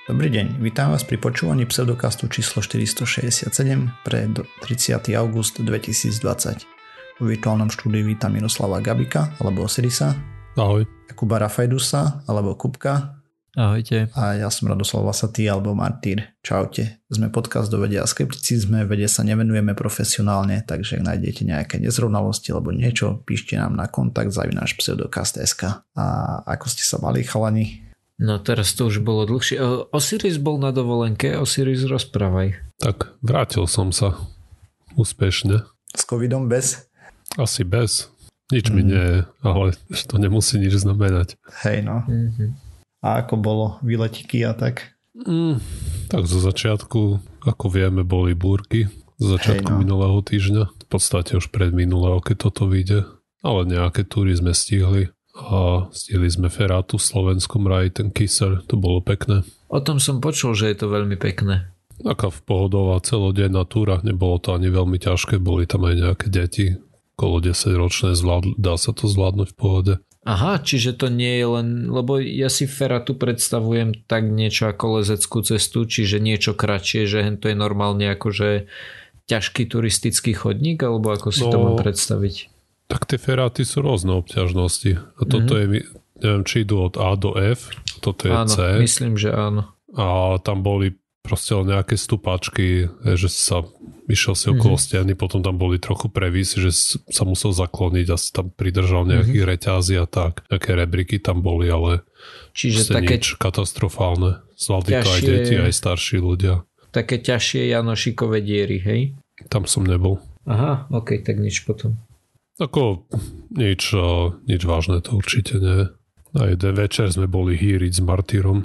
Dobrý deň, vítam vás pri počúvaní pseudokastu číslo 467 pre 30. august 2020. V virtuálnom štúdiu vítam Miroslava Gabika alebo Osirisa. Ahoj. Jakuba Rafajdusa alebo Kubka. Ahojte. A ja som Radoslav Vasatý alebo Martýr. Čaute. Sme podcast o vede a skepticizme, vede sa nevenujeme profesionálne, takže ak nájdete nejaké nezrovnalosti alebo niečo, píšte nám na kontakt @pseudokast.sk. A ako ste sa mali, chalani? No teraz to už bolo dlhšie. Osiris bol na dovolenke, Osiris, rozprávaj. Tak, vrátil som sa úspešne. S covidom bez? Asi bez. Nič mi nie je, ale to nemusí nič znamenať. Hej no. A ako bolo výletiky a tak? Tak zo začiatku, ako vieme, boli búrky. Z začiatku minulého týždňa. V podstate už pred minulého, keď toto vyjde. Ale nejaké túry sme stihli. A stihli sme Ferátu v Slovenskom raji, ten Kyser, to bolo pekné. O tom som počul, že je to veľmi pekné. Taká pohodová celodenná túra, nebolo to ani veľmi ťažké, boli tam aj nejaké deti, okolo 10 ročné, dá sa to zvládnuť v pohode. Aha, čiže to nie je len, lebo ja si Ferátu predstavujem tak niečo ako lezeckú cestu, čiže niečo kratšie, že to je normálne akože ťažký turistický chodník, alebo ako si to mám predstaviť? Tak tie Feráty sú rôzne obťažnosti. A toto je, neviem, či idú od A do F, toto je áno, C. Myslím, že áno. A tam boli proste nejaké stupačky, že sa išiel si okolo steny, potom tam boli trochu previsy, že sa musel zakloniť a si tam pridržal nejakých reťazí a tak. Nejaké rebriky tam boli, ale čiže také nič katastrofálne. Zvládli to aj deti, aj starší ľudia. Také ťažšie Janošikové diery, hej? Tam som nebol. Aha, okej, tak nič potom. Ako nič vážne to určite nie. Na jeden večer sme boli hýriť s Martýrom.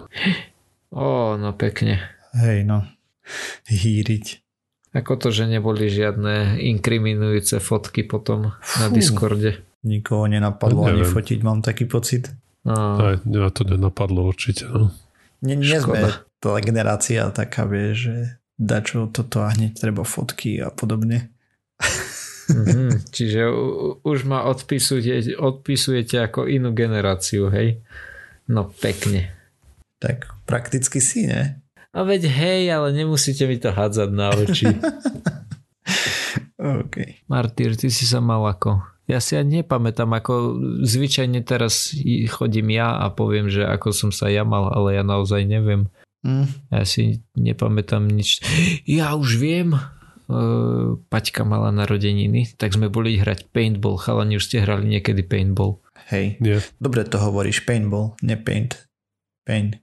No pekne. Hej no, hýriť. Ako to, že neboli žiadne inkriminujúce fotky potom na Discorde? Nikoho nenapadlo ani fotiť, mám taký pocit. Aj, mňa to nenapadlo určite. No. Nie sme tá generácia taká, vie, že dačo toto a hneď treba fotky a podobne. Čiže už ma odpisujete ako inú generáciu, hej? No pekne. Tak prakticky si, ne? A veď hej, ale nemusíte mi to hádzať na oči. Okay. Martýr, ty si sa mal ako? Ja si ani nepamätám, ako zvyčajne teraz chodím ja a poviem, že ako som sa ja mal, ale ja naozaj neviem. Ja si nepamätám nič. Ja už viem. Paťka mala narodeniny, tak sme boli hrať paintball. Chalani, už ste hrali niekedy paintball? Hej, dobre to hovoríš, paintball, ne paint. Paint.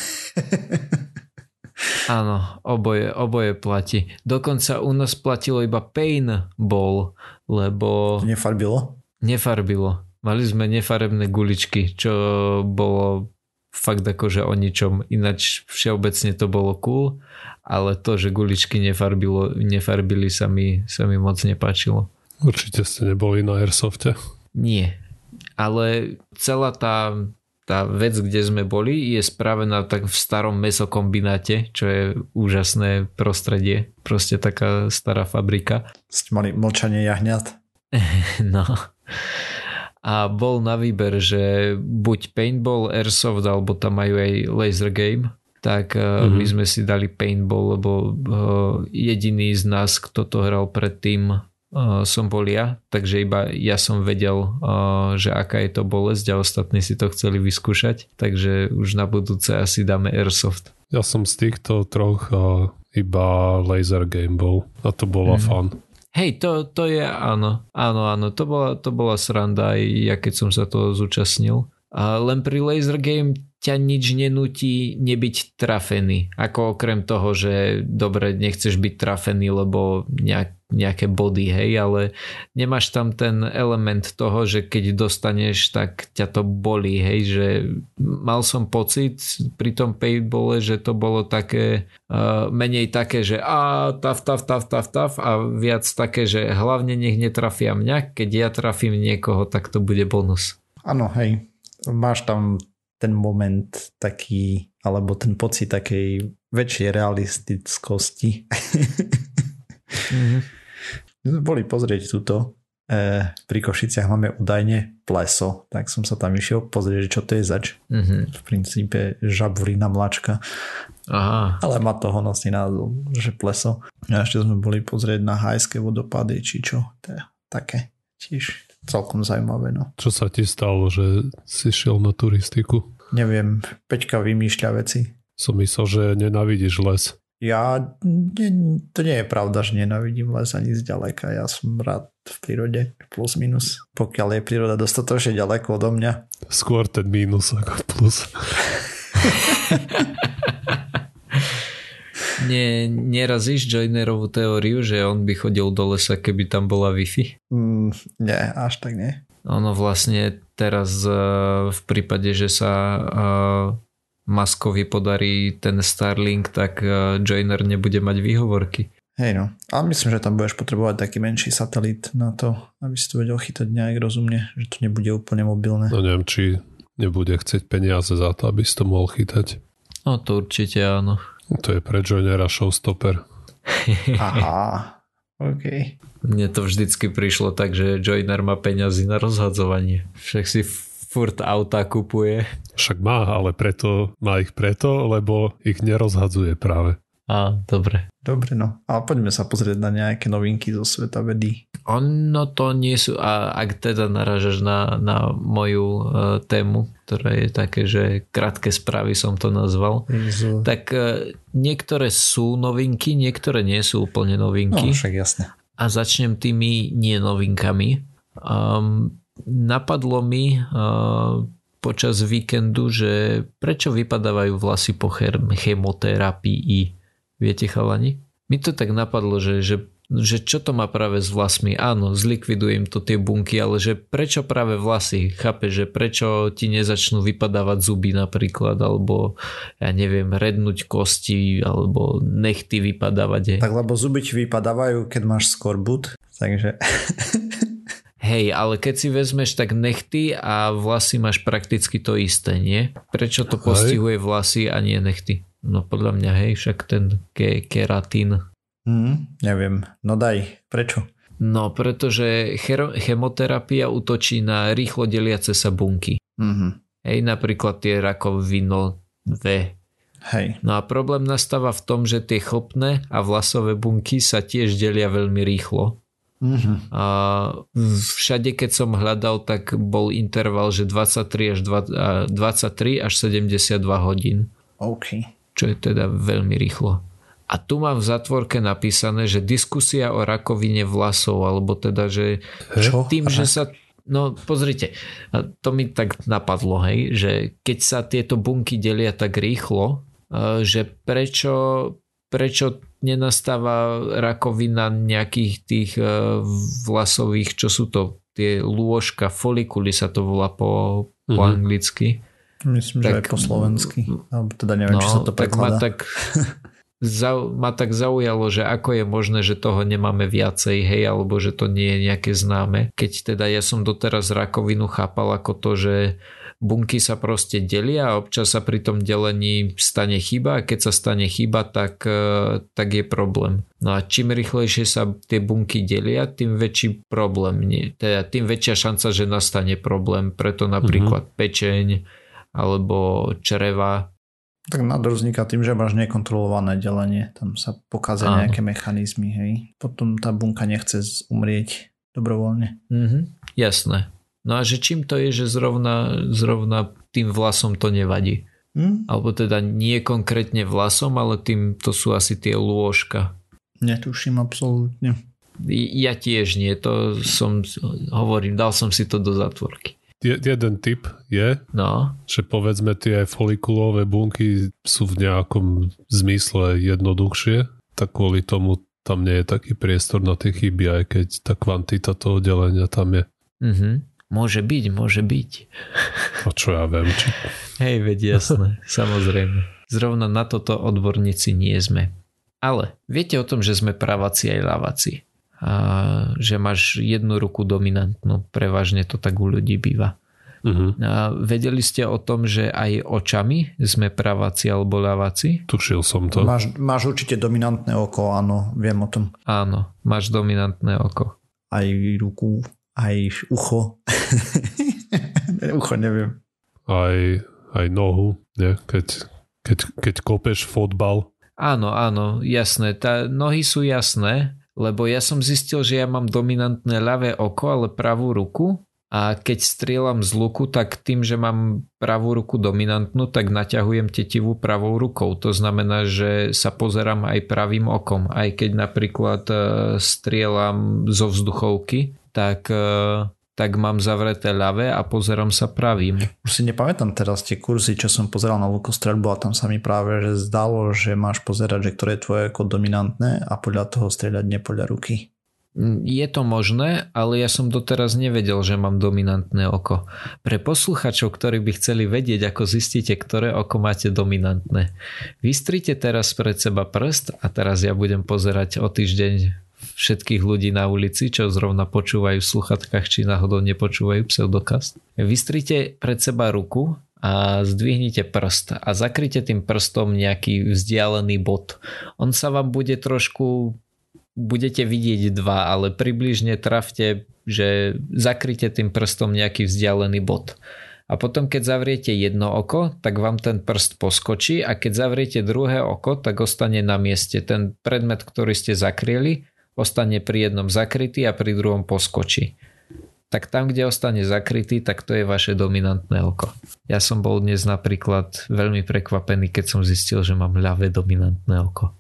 Áno, oboje platí. Dokonca u nás platilo iba paintball, lebo nefarbilo. Mali sme nefarebné guličky, čo bolo fakt akože o ničom. Ináč všeobecne to bolo cool, ale to, že guličky nefarbili sa mi moc nepáčilo. Určite ste neboli na Airsofte? Nie, ale celá tá vec, kde sme boli, je spravená tak v starom mäsokombináte, čo je úžasné prostredie. Proste taká stará fabrika. Ste mali mlčanie jahňat? No. A bol na výber, že buď paintball, airsoft, alebo tam majú aj laser game. Tak my sme si dali paintball, lebo jediný z nás, kto to hral predtým, som bol ja, takže iba ja som vedel, že aká je to bolesť a ostatní si to chceli vyskúšať, takže už na budúce asi dáme airsoft. Ja som z týchto troch iba laser game bol a to bola fun. Hej, to je áno, to bola sranda aj ja keď som sa toho zúčastnil. A len pri laser game ťa nič nenúti nebyť trafený. Ako okrem toho, že dobre, nechceš byť trafený, lebo nejaké body, hej, ale nemáš tam ten element toho, že keď dostaneš, tak ťa to bolí, hej, že mal som pocit pri tom paintballe, že to bolo také menej také, že taf a viac také, že hlavne nech netrafia mňa, keď ja trafím niekoho, tak to bude bonus. Áno, hej. Máš tam ten moment taký, alebo ten pocit takej väčšej realistickosti. My sme boli pozrieť túto pri Košiciach máme údajne pleso, tak som sa tam išiel pozrieť, čo to je zač. V princípe žabulína mlačka. Aha. Ale má to honosný názov, že pleso. A ešte sme boli pozrieť na hajské vodopády, či čo. To je také tiež celkom zaujímavé. No. Čo sa ti stalo, že si šiel na turistiku? Neviem, Peťka vymýšľa veci. Som myslel, že nenávidíš les. To nie je pravda, že nenávidím les ani zďaleka. Ja som rád v prírode, plus minus. Pokiaľ je príroda dostatočne ďaleko odo mňa. Skôr ten mínus ako plus. Nerazíš Joinerovú teóriu, že on by chodil do lesa, keby tam bola Wi-Fi? Nie, až tak nie. Ono vlastne teraz v prípade, že sa Muskovi podarí ten Starlink, tak Joiner nebude mať výhovorky. Hej no, ale myslím, že tam budeš potrebovať taký menší satelit na to, aby si to vedel chytať nejak rozumne, že to nebude úplne mobilné. No neviem, či nebude chcieť peniaze za to, aby si to mohol chytať. No to určite áno. To je pre Joinera showstopper. Aha, OK. Mne to vždycky prišlo tak, že Joiner má peniazy na rozhadzovanie. Však si furt auta kupuje. Však má, ale má ich preto, lebo ich nerozhadzuje práve. Dobre. Dobre, no. Ale poďme sa pozrieť na nejaké novinky zo sveta vedy. Ono to nie sú, a ak teda narážaš na moju tému, ktorá je také, že krátke správy som to nazval, tak niektoré sú novinky, niektoré nie sú úplne novinky. No, však jasne. A začnem tými nie novinkami. Napadlo mi počas víkendu, že prečo vypadávajú vlasy po chemoterapii. Viete, chalani? Mi to tak napadlo, že čo to má práve s vlasmi. Áno, zlikvidujem to tie bunky, ale že prečo práve vlasy? Chápeš, že prečo ti nezačnú vypadávať zuby napríklad, alebo ja neviem, rednúť kosti, alebo nechty vypadávať. Tak lebo zuby ti vypadávajú, keď máš skorbut, takže... Hej, ale keď si vezmeš tak nechty a vlasy máš prakticky to isté, nie? Prečo to postihuje vlasy a nie nechty? No podľa mňa, hej, však ten keratín. Neviem, no daj, prečo? No, pretože chemoterapia útočí na rýchlo deliace sa bunky. Hej, napríklad tie rakovinové. Hej. No a problém nastáva v tom, že tie chlpné a vlasové bunky sa tiež delia veľmi rýchlo. A všade, keď som hľadal, tak bol interval, že 23 až 72 hodín. OK. Čo je teda veľmi rýchlo. A tu mám v zatvorke napísané, že diskusia o rakovine vlasov, alebo teda, že tým, že sa... No pozrite, to mi tak napadlo, hej, že keď sa tieto bunky delia tak rýchlo, že prečo nenastáva rakovina nejakých tých vlasových, čo sú to tie lôžka, folikuly sa to volá po anglicky. Myslím, tak, že aj po slovensky. Alebo teda neviem, či sa to prekladá. Ma tak zaujalo, že ako je možné, že toho nemáme viacej, hej, alebo že to nie je nejaké známe. Keď teda ja som doteraz rakovinu chápal ako to, že bunky sa proste delia a občas sa pri tom delení stane chyba a keď sa stane chyba, tak je problém. No a čím rýchlejšie sa tie bunky delia, tým väčší problém. Teda tým väčšia šanca, že nastane problém. Preto napríklad pečeň alebo čreva. Tak nádor vzniká tým, že máš nekontrolované delenie. Tam sa pokazia nejaké mechanizmy, hej. Potom tá bunka nechce umrieť dobrovoľne. Jasné. No a že čím to je, že zrovna tým vlasom to nevadí? Alebo teda nie konkrétne vlasom, ale tým to sú asi tie lôžka. Netuším absolútne. Ja tiež nie. To dal som si to do zatvorky. Jeden tip je, že povedzme tie folikulové bunky sú v nejakom zmysle jednoduchšie, tak kvôli tomu tam nie je taký priestor na tie chyby, aj keď tá kvantita toho delenia tam je. Môže byť. A čo ja viem. Hej, veď jasné, samozrejme. Zrovna na toto odborníci nie sme. Ale viete o tom, že sme praváci aj ľaváci. A že máš jednu ruku dominantnú, prevažne to tak u ľudí býva. A vedeli ste o tom, že aj očami sme praváci alebo ľaváci? Tušil som to. Máš určite dominantné oko, áno, viem o tom. Áno, máš dominantné oko. aj ruku, aj ucho. Ucho neviem. Aj nohu, nie? Keď kopeš fotbal. Áno, jasné. Nohy sú jasné, lebo ja som zistil, že ja mám dominantné ľavé oko, ale pravú ruku. A keď strieľam z luku, tak tým, že mám pravú ruku dominantnú, tak naťahujem tetivu pravou rukou. To znamená, že sa pozerám aj pravým okom. Aj keď napríklad strieľam zo vzduchovky, tak mám zavreté ľavé a pozerám sa pravým. Už si nepamätám teraz tie kurzy, čo som pozeral na lukostreľbu a tam sa mi práve že zdalo, že máš pozerať, že ktoré je tvoje oko dominantné a podľa toho strieľať nie podľa ruky. Je to možné, ale ja som doteraz nevedel, že mám dominantné oko. Pre posluchačov, ktorí by chceli vedieť, ako zistíte, ktoré oko máte dominantné, vystrite teraz pred seba prst a teraz ja budem pozerať o týždeň všetkých ľudí na ulici, čo zrovna počúvajú v sluchatkách, či náhodou nepočúvajú Pseudokast. Vystrite pred seba ruku a zdvihnite prst a zakryte tým prstom nejaký vzdialený bod. On sa vám bude trošku... Budete vidieť dva, ale približne trafte, že zakryte tým prstom nejaký vzdialený bod. A potom, keď zavriete jedno oko, tak vám ten prst poskočí a keď zavriete druhé oko, tak ostane na mieste. Ten predmet, ktorý ste zakryli, ostane pri jednom zakrytý a pri druhom poskočí. Tak tam, kde ostane zakrytý, tak to je vaše dominantné oko. Ja som bol dnes napríklad veľmi prekvapený, keď som zistil, že mám ľavé dominantné oko.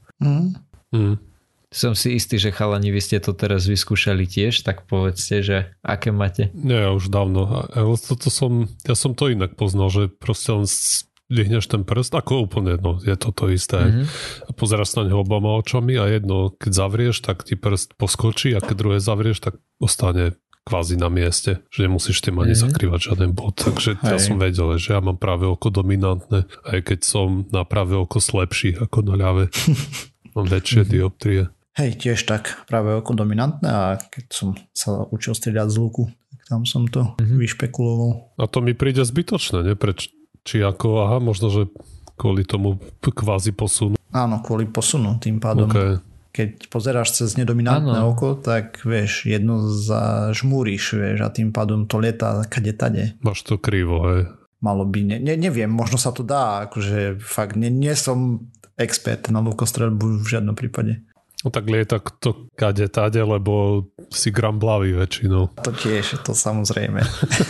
Som si istý, že chalani, vy ste to teraz vyskúšali tiež, tak povedzte, že aké máte? Nie, už dávno. Ja som to inak poznal, že proste len zdvihneš ten prst, ako úplne jedno, je to isté. A pozeráš na neho oboma očami a jedno, keď zavrieš, tak ti prst poskočí a keď druhé zavrieš, tak ostane kvázi na mieste, že nemusíš tým ani zakrývať žiaden bod. Takže ja som vedel, že ja mám práve oko dominantné, aj keď som na práve oko slepší ako na ľavé. Mám väčšie dioptrie. Hej, tiež tak, práve oko dominantné a keď som sa učil strieľať z luku, tak tam som to vyšpekuloval. A to mi príde zbytočné, nie? Či ako, možno, že kvôli tomu kvázi posunu. Áno, kvôli posunu, tým pádom. Okay. Keď pozeráš cez nedominantné oko, tak vieš, jedno zažmúriš, vieš, a tým pádom to lieta kade-tade. Máš to krivo, hej. Malo by, neviem, možno sa to dá, akože fakt, nie som expert na lukostreľbu v žiadnom prípade. No tak lieta to kade-tade, lebo si gramblavý väčšinou. To tiež, to samozrejme.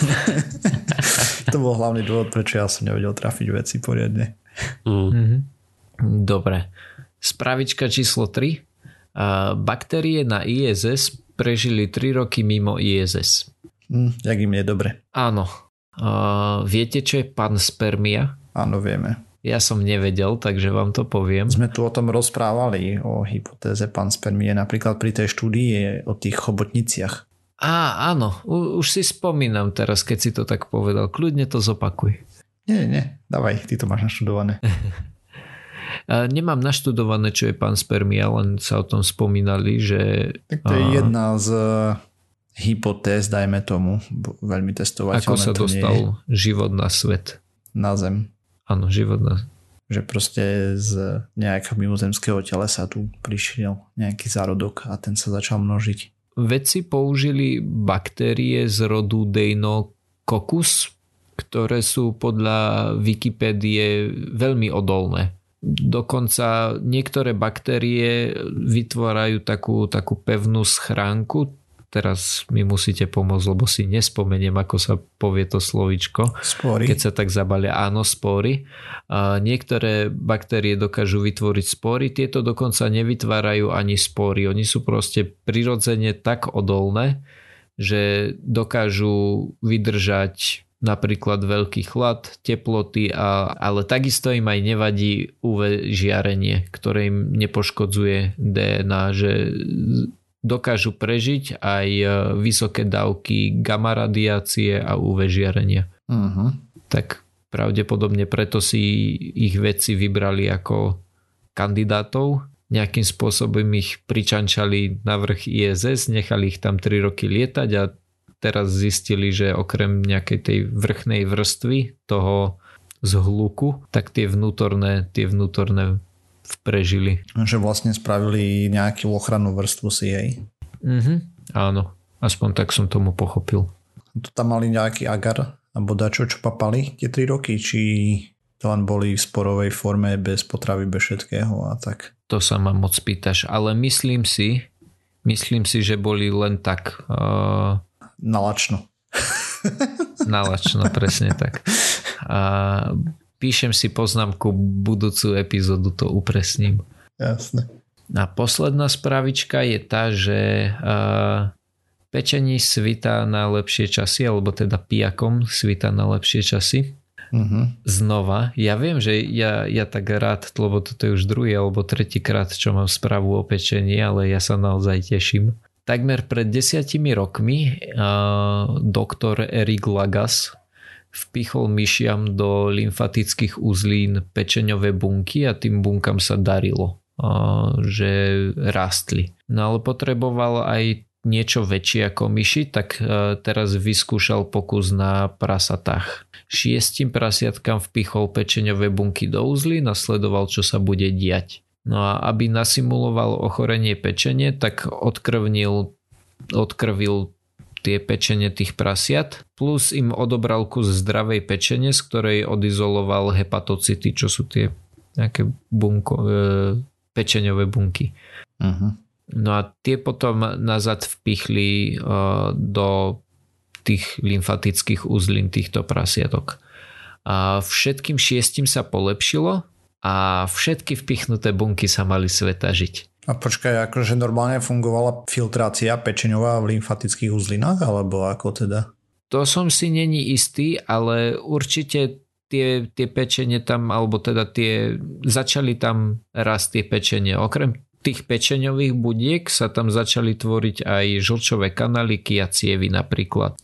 To bol hlavný dôvod, prečo ja som nevedel trafiť veci poriadne. Dobre. Spravička číslo 3. Baktérie na ISS prežili 3 roky mimo ISS. Jak im je dobre. Áno. Viete, čo je panspermia? Áno, vieme. Ja som nevedel, takže vám to poviem. Sme tu o tom rozprávali, o hypotéze panspermie, napríklad pri tej štúdii o tých chobotniciach. Áno, už si spomínam teraz, keď si to tak povedal. Kľudne to zopakuj. Nie, dávaj, ty to máš naštudované. Nemám naštudované, čo je panspermia, len sa o tom spomínali, že... Tak to je jedna z hypotéz, dajme tomu, veľmi testovateľné. Ako sa dostal život na svet. Na Zem. Áno, život na... Že proste z nejakého mimozemského telesa tu prišiel nejaký zárodok a ten sa začal množiť. Vedci použili baktérie z rodu Deinococcus, ktoré sú podľa Wikipédie veľmi odolné. Dokonca niektoré baktérie vytvárajú takú pevnú schránku. Teraz mi musíte pomôcť, lebo si nespomeniem, ako sa povie to slovíčko. Spory. Keď sa tak zabalia. Áno, spory. Niektoré baktérie dokážu vytvoriť spory, tieto dokonca nevytvárajú ani spory. Oni sú proste prirodzene tak odolné, že dokážu vydržať napríklad veľký chlad, teploty, ale takisto im aj nevadí UV žiarenie, ktoré im nepoškodzuje DNA, že dokážu prežiť aj vysoké dávky gamma radiácie a UV žiarenia. Tak pravdepodobne preto si ich vedci vybrali ako kandidátov. Nejakým spôsobom ich pričančali na vrch ISS, nechali ich tam 3 roky lietať a teraz zistili, že okrem nejakej tej vrchnej vrstvy toho zhluku, tak tie vnútorné prežili. Že vlastne spravili nejakú ochrannú vrstvu si jej. Áno. Aspoň tak som tomu pochopil. To tam mali nejaký agar alebo dačo, čo papali tie 3 roky, či to len boli v sporovej forme, bez potravy, bez všetkého a tak? To sa ma moc pýtaš, ale myslím si, že boli len tak... Nalačno. Nalačno, presne tak. Píšem si poznámku, budúcu epizódu to upresním. Jasne. A posledná správička je tá, že pečení svitá na lepšie časy, alebo teda pijakom svitá na lepšie časy. Znova. Ja viem, že ja tak rád, lebo toto je už druhý alebo tretí krát, čo mám správu o pečení, ale ja sa naozaj teším. Takmer pred 10 rokmi doktor Eric Lagas vpichol myšiam do lymfatických uzlín pečeňové bunky a tým bunkám sa darilo, že rástli. No ale potreboval aj niečo väčšie ako myši, tak teraz vyskúšal pokus na prasatách. 6 prasiatkám vpichol pečeňové bunky do uzly, nasledoval, čo sa bude diať. No a aby nasimuloval ochorenie pečene, tak odkrvil tie pečene tých prasiat, plus im odobral kus zdravej pečene, z ktorej odizoloval hepatocity, čo sú tie nejaké pečeňové bunky. No a tie potom nazad vpichli do tých lymfatických uzlín týchto prasiatok. A všetkým 6 sa polepšilo a všetky vpichnuté bunky sa mali svetažiť. A počkaj, akože normálne fungovala filtrácia pečeňová v lymfatických uzlinách, alebo ako teda? To som si není istý, ale určite tie pečenie tam, alebo teda začali tam rásť tie pečenie. Okrem tých pečeňových budiek sa tam začali tvoriť aj žlčové kanáliky a cievy napríklad.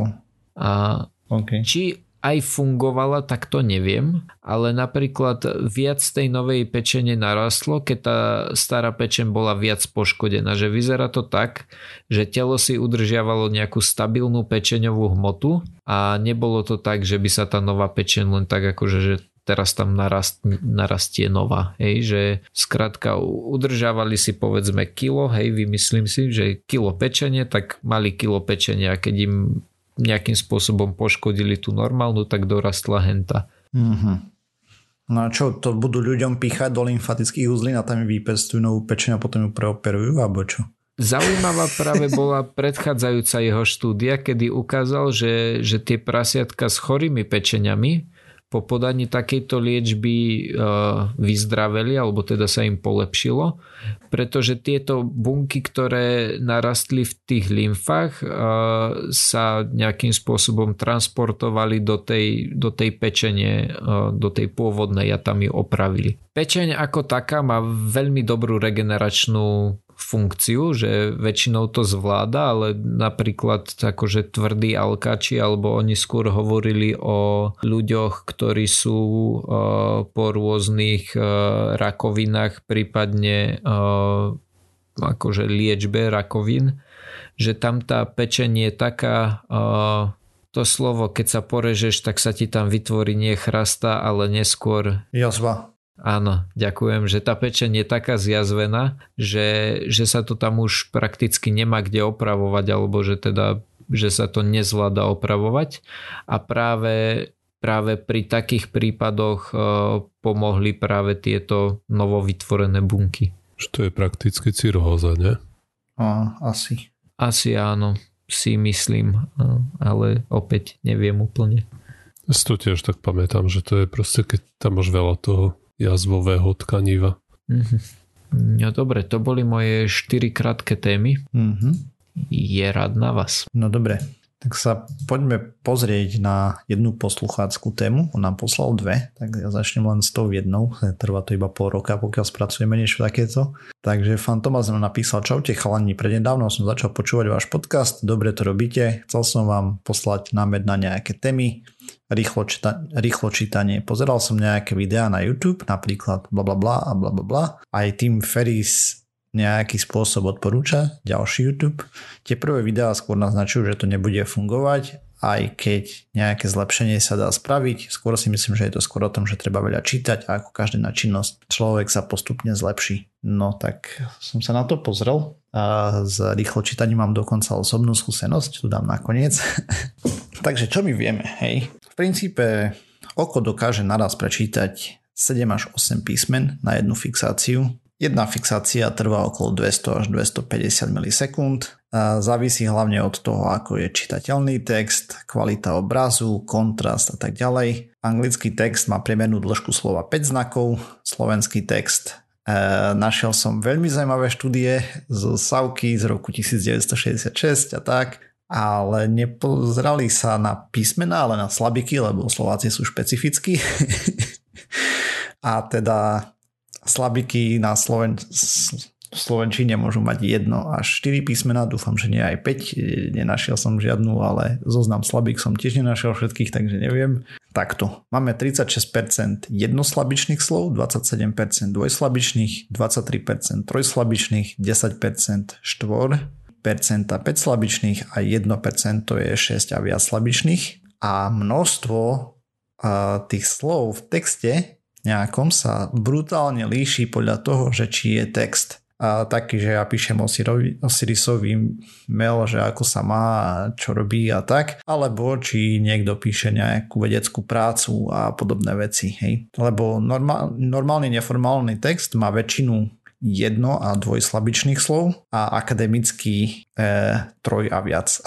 Okay. Či aj fungovala, tak to neviem, ale napríklad viac tej novej pečene narastlo, keď tá stará pečeň bola viac poškodená, že vyzerá to tak, že telo si udržiavalo nejakú stabilnú pečeňovú hmotu a nebolo to tak, že by sa tá nová pečeň len tak akože, že teraz tam narastie nová, hej, že skrátka udržávali si povedzme kilo, hej, vymyslím si, že kilo pečenie, tak mali kilo pečenia a keď im nejakým spôsobom poškodili tú normálnu, tak dorastla henta. No a čo, to budú ľuďom píchať do lymfatických uzlín a tam im vypestujú novú pečeň a potom ju preoperujú, alebo čo? Zaujímavá práve bola predchádzajúca jeho štúdia, kedy ukázal, že tie prasiatka s chorými pečeňami po podaní takejto liečby vyzdraveli, alebo teda sa im polepšilo, pretože tieto bunky, ktoré narastli v tých lymfách, sa nejakým spôsobom transportovali do tej pečene, do tej pôvodnej a tam ju opravili. Pečeň ako taká má veľmi dobrú regeneračnú funkciu, že väčšinou to zvláda, ale napríklad akože tvrdí alkači, alebo oni skôr hovorili o ľuďoch, ktorí sú po rôznych rakovinách, prípadne akože liečbe rakovín, že tam tá pečeň je taká, to slovo, keď sa porežeš, tak sa ti tam vytvorí nie chrasta, ale neskôr jazva. Áno, ďakujem, že tá pečeň je taká zjazvená, že sa to tam už prakticky nemá kde opravovať, alebo že sa to nezvláda opravovať a práve pri takých prípadoch pomohli práve tieto novovytvorené bunky. Že to je prakticky cirhóza, ne? Asi. Asi áno, si myslím, ale opäť neviem úplne. Ja si to tiež tak pamätám, že to je proste, keď tam máš veľa toho jazvového tkaniva. No dobre, to boli moje 4 krátke témy. Je rád na vás. No dobre, tak sa poďme pozrieť na jednu poslucháckú tému. On nám poslal 2, tak ja začnem len s tou jednou. Trvá to iba pol roka, pokiaľ spracujeme niečo takéto. Takže Fantomas nám napísal: čaute chalani, prednedávno som začal počúvať váš podcast, dobre to robíte, chcel som vám poslať námed na nejaké témy, rýchlo čítanie. Pozeral som nejaké videá na YouTube, napríklad blablabla a blablabla. Aj Tim Ferriss nejaký spôsob odporúča, ďalší YouTube. Tie prvé videá skôr naznačujú, že to nebude fungovať aj keď nejaké zlepšenie sa dá spraviť. Skôr si myslím, že je to skôr o tom, že treba veľa čítať a ako každá činnosť človek sa postupne zlepší. No tak som sa na to pozrel a s rýchlo čítaním mám dokonca osobnú skúsenosť, tu dám nakoniec. Takže čo my vieme, hej? V princípe oko dokáže naraz prečítať 7 až 8 písmen na jednu fixáciu. Jedna fixácia trvá okolo 200 až 250 milisekúnd. Závisí hlavne od toho, ako je čitateľný text, kvalita obrazu, kontrast a tak ďalej. Anglický text má priemernú dĺžku slova 5 znakov, slovenský text našiel som veľmi zaujímavé štúdie zo Savky z roku 1966 a tak, ale nepozerali sa na písmená, ale na slabiky, lebo Slováci sú špecifickí. A teda slabiky na slovenčine môžu mať 1 až 4 písmená, dúfam, že nie aj 5, nenašiel som žiadnu, ale zoznam slabík som tiež nenašiel všetkých, takže neviem. Takto, máme 36% jednoslabičných slov, 27% dvojslabičných, 23% trojslabičných, 10% 4% 5 slabičných a 1% to je 6 a viac slabičných. A množstvo tých slov v texte nejakom sa brutálne líši podľa toho, že či je text taký, že ja píšem Osirisovi mail, že ako sa má, čo robí a tak, alebo či niekto píše nejakú vedeckú prácu a podobné veci, hej. Lebo normálny neformálny text má väčšinu jedno- a dvojslabičných slov a akademický 3 a viac.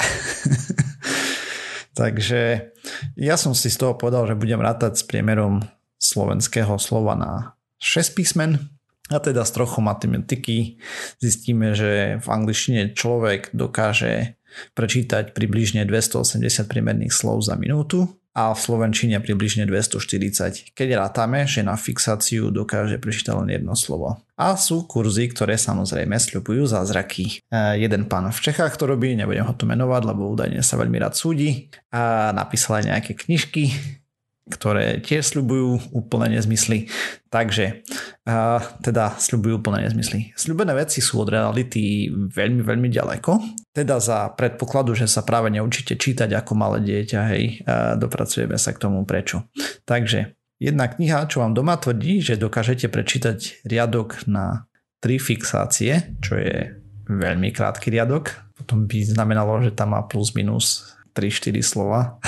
Takže ja som si z toho povedal, že budem rátať s priemerom slovenského slova na 6 písmen a teda s trochou matematiky zistíme, že v angličtine človek dokáže prečítať približne 280 priemerných slov za minútu a v slovenčine približne 240, keď rátame, že na fixáciu dokáže prečítať len jedno slovo. A sú kurzy, ktoré samozrejme sľubujú zázraky. Jeden pán v Čechách to robí, nebudem ho tu menovať, lebo údajne sa veľmi rád súdi a napísal aj nejaké knižky, ktoré tiež sľubujú úplné nezmysly. Takže teda sľubujú úplné nezmysly. Sľubené veci sú od reality veľmi, veľmi ďaleko. Teda za predpokladu, že sa práve neučíte čítať ako malé dieťa, hej, dopracujeme sa k tomu prečo. Takže jedna kniha, čo vám doma tvrdí, že dokážete prečítať riadok na 3 fixácie, čo je veľmi krátky riadok. Potom by znamenalo, že tam má plus minus 3-4 slova.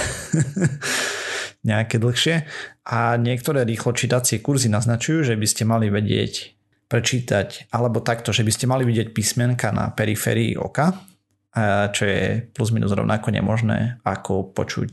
Nejaké dlhšie a niektoré rýchlo čítacie kurzy naznačujú, že by ste mali vedieť prečítať alebo takto, že by ste mali vidieť písmenka na periférii oka, čo je plus minus rovnako nemožné ako počuť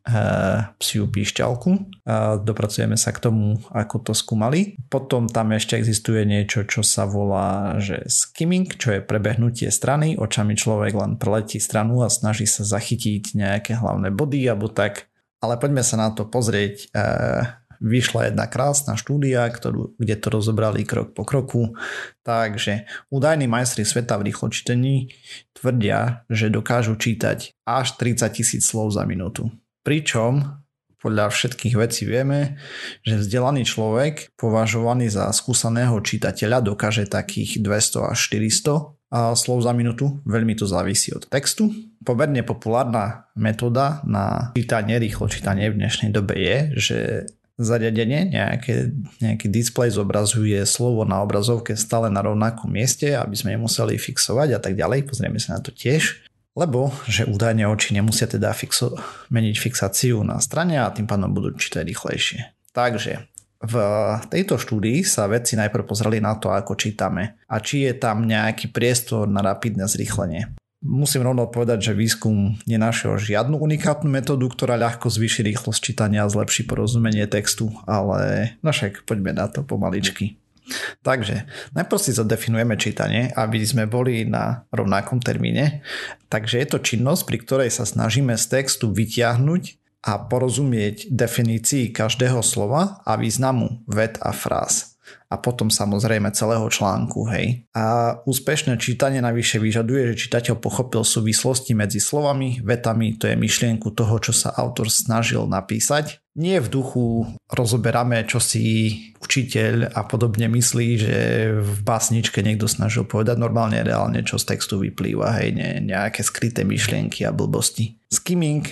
psiu píšťalku. Dopracujeme sa k tomu, ako to skúmali. Potom tam ešte existuje niečo, čo sa volá že skimming, čo je prebehnutie strany. Očami človek len preletí stranu a snaží sa zachytiť nejaké hlavné body alebo tak. Ale poďme sa na to pozrieť. Vyšla jedna krásna štúdia, kde to rozobrali krok po kroku. Takže údajní majstri sveta v rýchločítení tvrdia, že dokážu čítať až 30 000 slov za minútu. Pričom podľa všetkých vecí vieme, že vzdelaný človek považovaný za skúseného čitateľa dokáže takých 200 až 400 slov za minútu. Veľmi to závisí od textu. Pomerne populárna metóda na čítanie, rýchlo čítanie v dnešnej dobe je, že zariadenie, nejaký displej zobrazuje slovo na obrazovke stále na rovnakom mieste, aby sme nemuseli fixovať a tak ďalej. Pozrieme sa na to tiež. Lebo, že údajne oči nemusia teda meniť fixáciu na strane a tým pádom budú čítať rýchlejšie. Takže v tejto štúdii sa vedci najprv pozreli na to, ako čítame a či je tam nejaký priestor na rapidné zrýchlenie. Musím rovno povedať, že výskum nenašiel žiadnu unikátnu metódu, ktorá ľahko zvýši rýchlosť čítania a zlepší porozumenie textu, ale no však poďme na to pomaličky. Takže najprv si zadefinujeme čítanie, aby sme boli na rovnakom termíne. Takže je to činnosť, pri ktorej sa snažíme z textu vytiahnuť a porozumieť definícii každého slova a významu vet a fráz. A potom samozrejme celého článku, hej. A úspešné čítanie navyše vyžaduje, že čitateľ pochopil súvislosti medzi slovami, vetami, to je myšlienku toho, čo sa autor snažil napísať. Nie v duchu rozoberáme, čo si učiteľ a podobne myslí, že v básničke niekto snažil povedať, normálne reálne, čo z textu vyplýva, hej, nejaké skryté myšlienky a blbosti. Skimming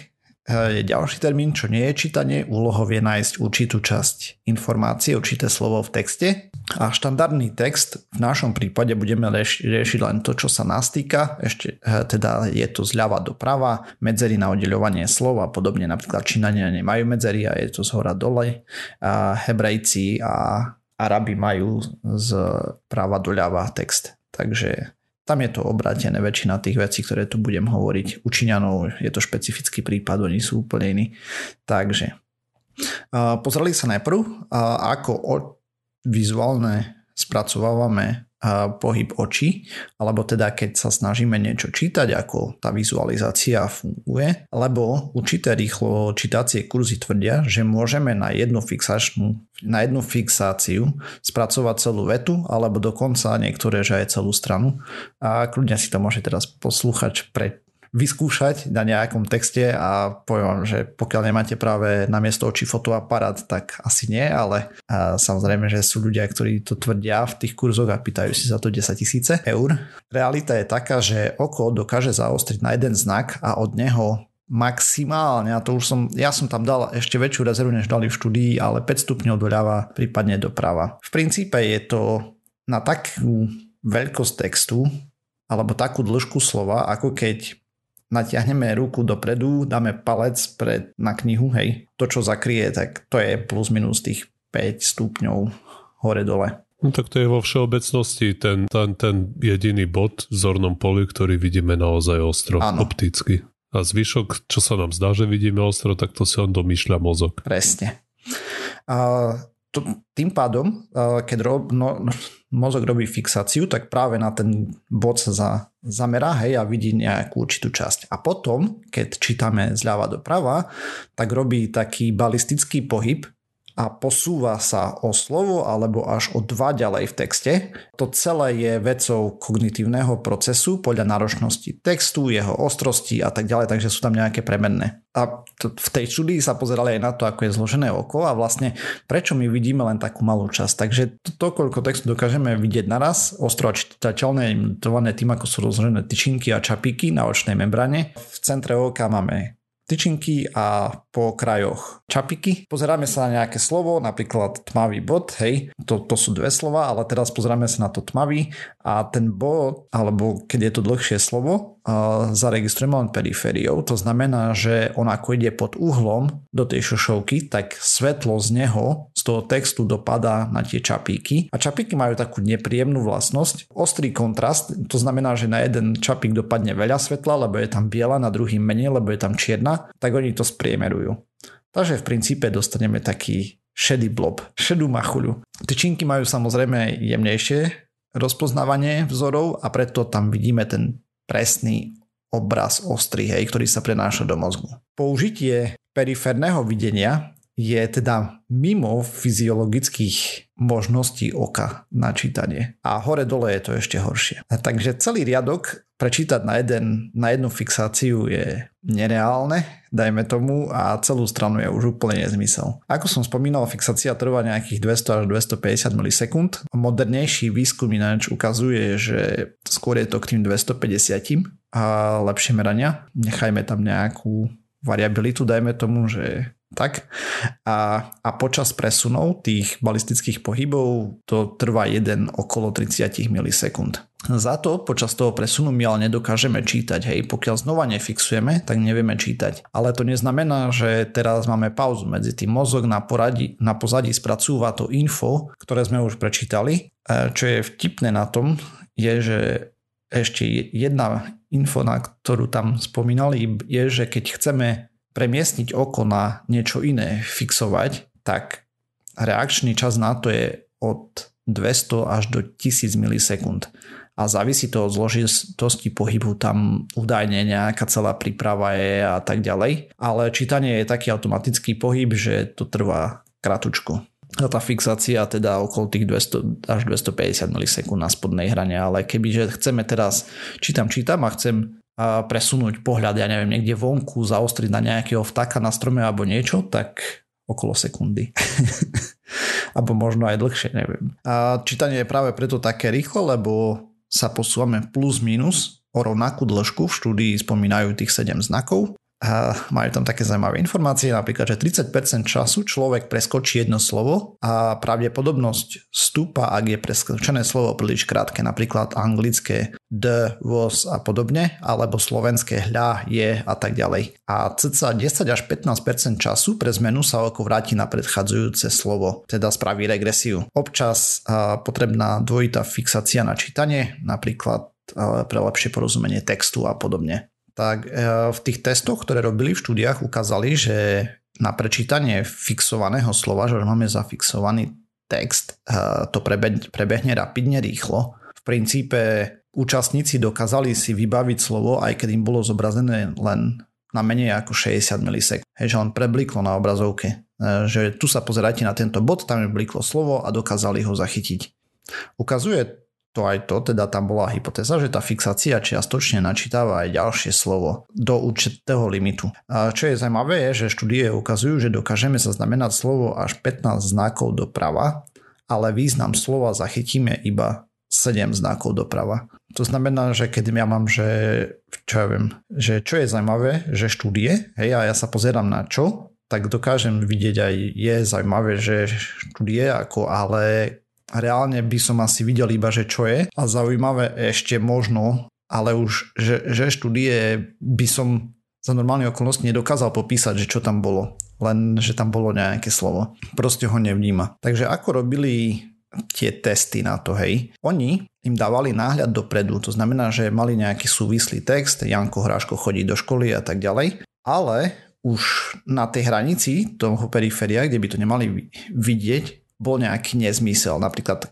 je ďalší termín, čo nie je čítanie. Úlohou je nájsť určitú časť informácie, určité slovo v texte. A štandardný text v našom prípade budeme riešiť len to, čo sa nás týka. Ešte teda je to zľava doprava, medzery na oddeľovanie slov a podobne. Napríklad Číňania nemajú medzery a je to zhora dole. A Hebrejci a Arabi majú z práva doľava text. Takže tam je to obrátené, väčšina tých vecí, ktoré tu budem hovoriť. U Číňanov je to špecifický prípad, oni sú úplne iní. Takže pozreli sa najprv, ako vizuálne spracovávame pohyb očí, alebo teda keď sa snažíme niečo čítať, ako tá vizualizácia funguje, lebo určité rýchlo čítacie kurzy tvrdia, že môžeme na jednu fixáciu spracovať celú vetu, alebo dokonca niektoré, že aj celú stranu. A kľudne si to môže teraz poslúchať vyskúšať na nejakom texte a poviem vám, že pokiaľ nemáte práve namiesto očí fotoaparát, tak asi nie, ale samozrejme, že sú ľudia, ktorí to tvrdia v tých kurzoch a pýtajú si za to 10 000 eur. Realita je taká, že oko dokáže zaostriť na jeden znak a od neho maximálne, a to už ja som tam dal ešte väčšiu rezervu, než dali v štúdii, ale 5 stupňov doľava, prípadne doprava. V princípe je to na takú veľkosť textu alebo takú dĺžku slova, ako keď natiahneme ruku dopredu, dáme palec na knihu, hej. To, čo zakrie, tak to je plus minus tých 5 stupňov hore-dole. No tak to je vo všeobecnosti ten jediný bod v zornom poli, ktorý vidíme naozaj ostro, opticky. A zvyšok, čo sa nám zdá, že vidíme ostro, tak to si on domýšľa mozog. Presne. Tým pádom, keď mozog robí fixáciu, tak práve na ten bod sa zamerá, hej, a vidí nejakú určitú časť. A potom, keď čítame zľava doprava, tak robí taký balistický pohyb a posúva sa o slovo alebo až o 2 ďalej v texte. To celé je vecou kognitívneho procesu podľa náročnosti textu, jeho ostrosti a tak ďalej, takže sú tam nejaké premenné. A v tej štúdii sa pozerali aj na to, ako je zložené oko a vlastne prečo my vidíme len takú malú časť. Takže to, koľko textu dokážeme vidieť naraz, ostro a čitateľné, imitované tým, ako sú rozložené tyčinky a čapíky na očnej membrane. V centre oka máme tyčinky a po krajoch čapiky. Pozeráme sa na nejaké slovo, napríklad tmavý bod, hej, to sú 2 slova, ale teraz pozeráme sa na to tmavý a ten bod, alebo keď je to dlhšie slovo, zaregistrujeme len perifériou. To znamená, že on ako ide pod uhlom do tej šošovky, tak svetlo z neho, z toho textu dopadá na tie čapíky. A čapíky majú takú nepríjemnú vlastnosť. Ostrý kontrast, to znamená, že na jeden čapík dopadne veľa svetla, lebo je tam biela, na druhý menej, lebo je tam čierna, tak oni to spriemerujú. Takže v princípe dostaneme taký šedý blob, šedú machuľu. Tyčinky majú samozrejme jemnejšie rozpoznávanie vzorov a preto tam vidíme ten presný obraz ostrý, hej, ktorý sa prenáša do mozgu. Použitie periférneho videnia je teda mimo fyziologických možností oka na čítanie. A hore-dole je to ešte horšie. Takže celý riadok prečítať na jednu fixáciu je nereálne, dajme tomu, a celú stranu je už úplne nezmysel. Ako som spomínal, fixácia trvá nejakých 200 až 250 milisekúnd. Modernejší výskum ináč ukazuje, že skôr je to k tým 250 a lepšie merania. Nechajme tam nejakú variabilitu, dajme tomu, že tak. A počas presunov tých balistických pohybov to trvá okolo 30 milisekúnd. Za to počas toho presunu my ale nedokážeme čítať. Hej, pokiaľ znova nefixujeme, tak nevieme čítať. Ale to neznamená, že teraz máme pauzu medzi tým. Mozog na pozadí spracúva to info, ktoré sme už prečítali. Čo je vtipné na tom, je, že ešte jedna info, na ktorú tam spomínali, je, že keď chceme premiestniť oko na niečo iné, fixovať, tak reakčný čas na to je od 200 až do 1000 milisekúnd. A závisí to od zložitosti pohybu, tam údajne nejaká celá príprava je a tak ďalej. Ale čítanie je taký automatický pohyb, že to trvá kratučko. A tá fixácia teda okolo tých 200 až 250 milisekúnd na spodnej hrane. Ale kebyže chceme teraz, čítam a chcem presunúť pohľad, ja neviem, niekde vonku, zaostriť na nejakého vtáka na strome alebo niečo, tak okolo sekundy. Alebo možno aj dlhšie, neviem. A čítanie je práve preto také rýchlo, lebo sa posúvame plus minus o rovnakú dĺžku. V štúdii spomínajú tých 7 znakov majú tam také zaujímavé informácie, napríklad, že 30% času človek preskočí jedno slovo a pravdepodobnosť stúpa, ak je preskočené slovo príliš krátke, napríklad anglické the, was a podobne, alebo slovenské hľa, je a tak ďalej. A cca 10 až 15% času pre zmenu sa oko vráti na predchádzajúce slovo, teda spraví regresiu. Občas potrebná dvojitá fixácia na čítanie, napríklad pre lepšie porozumenie textu a podobne. Tak v tých testoch, ktoré robili v štúdiách, ukázali, že na prečítanie fixovaného slova, že máme zafixovaný text, to prebehne rapidne rýchlo. V princípe účastníci dokázali si vybaviť slovo, aj keď im bolo zobrazené len na menej ako 60 milisekúnd. Že len prebliklo na obrazovke. Že tu sa pozerajte na tento bod, tam je bliklo slovo a dokázali ho zachytiť. Ukazuje to aj to, teda tam bola hypotéza, že tá fixácia čiastočne načítava aj ďalšie slovo do určitého limitu. A čo je zaujímavé je, že štúdie ukazujú, že dokážeme zaznamenať slovo až 15 znakov doprava, ale význam slova zachytíme iba 7 znakov doprava. To znamená, že keď ja mám, že čo je zaujímavé, že štúdie, a ja sa pozerám na čo, tak dokážem vidieť aj, je zaujímavé, že štúdie ale reálne by som asi videl iba, že čo je, a zaujímavé ešte možno, ale už, že štúdie by som za normálne okolnosti nedokázal popísať, že čo tam bolo. Len, že tam bolo nejaké slovo. Proste ho nevníma. Takže ako robili tie testy na to, hej? Oni im dávali náhľad dopredu, to znamená, že mali nejaký súvislý text, Janko Hráško chodí do školy a tak ďalej, ale už na tej hranici toho periféria, kde by to nemali vidieť, bol nejaký nezmysel, napríklad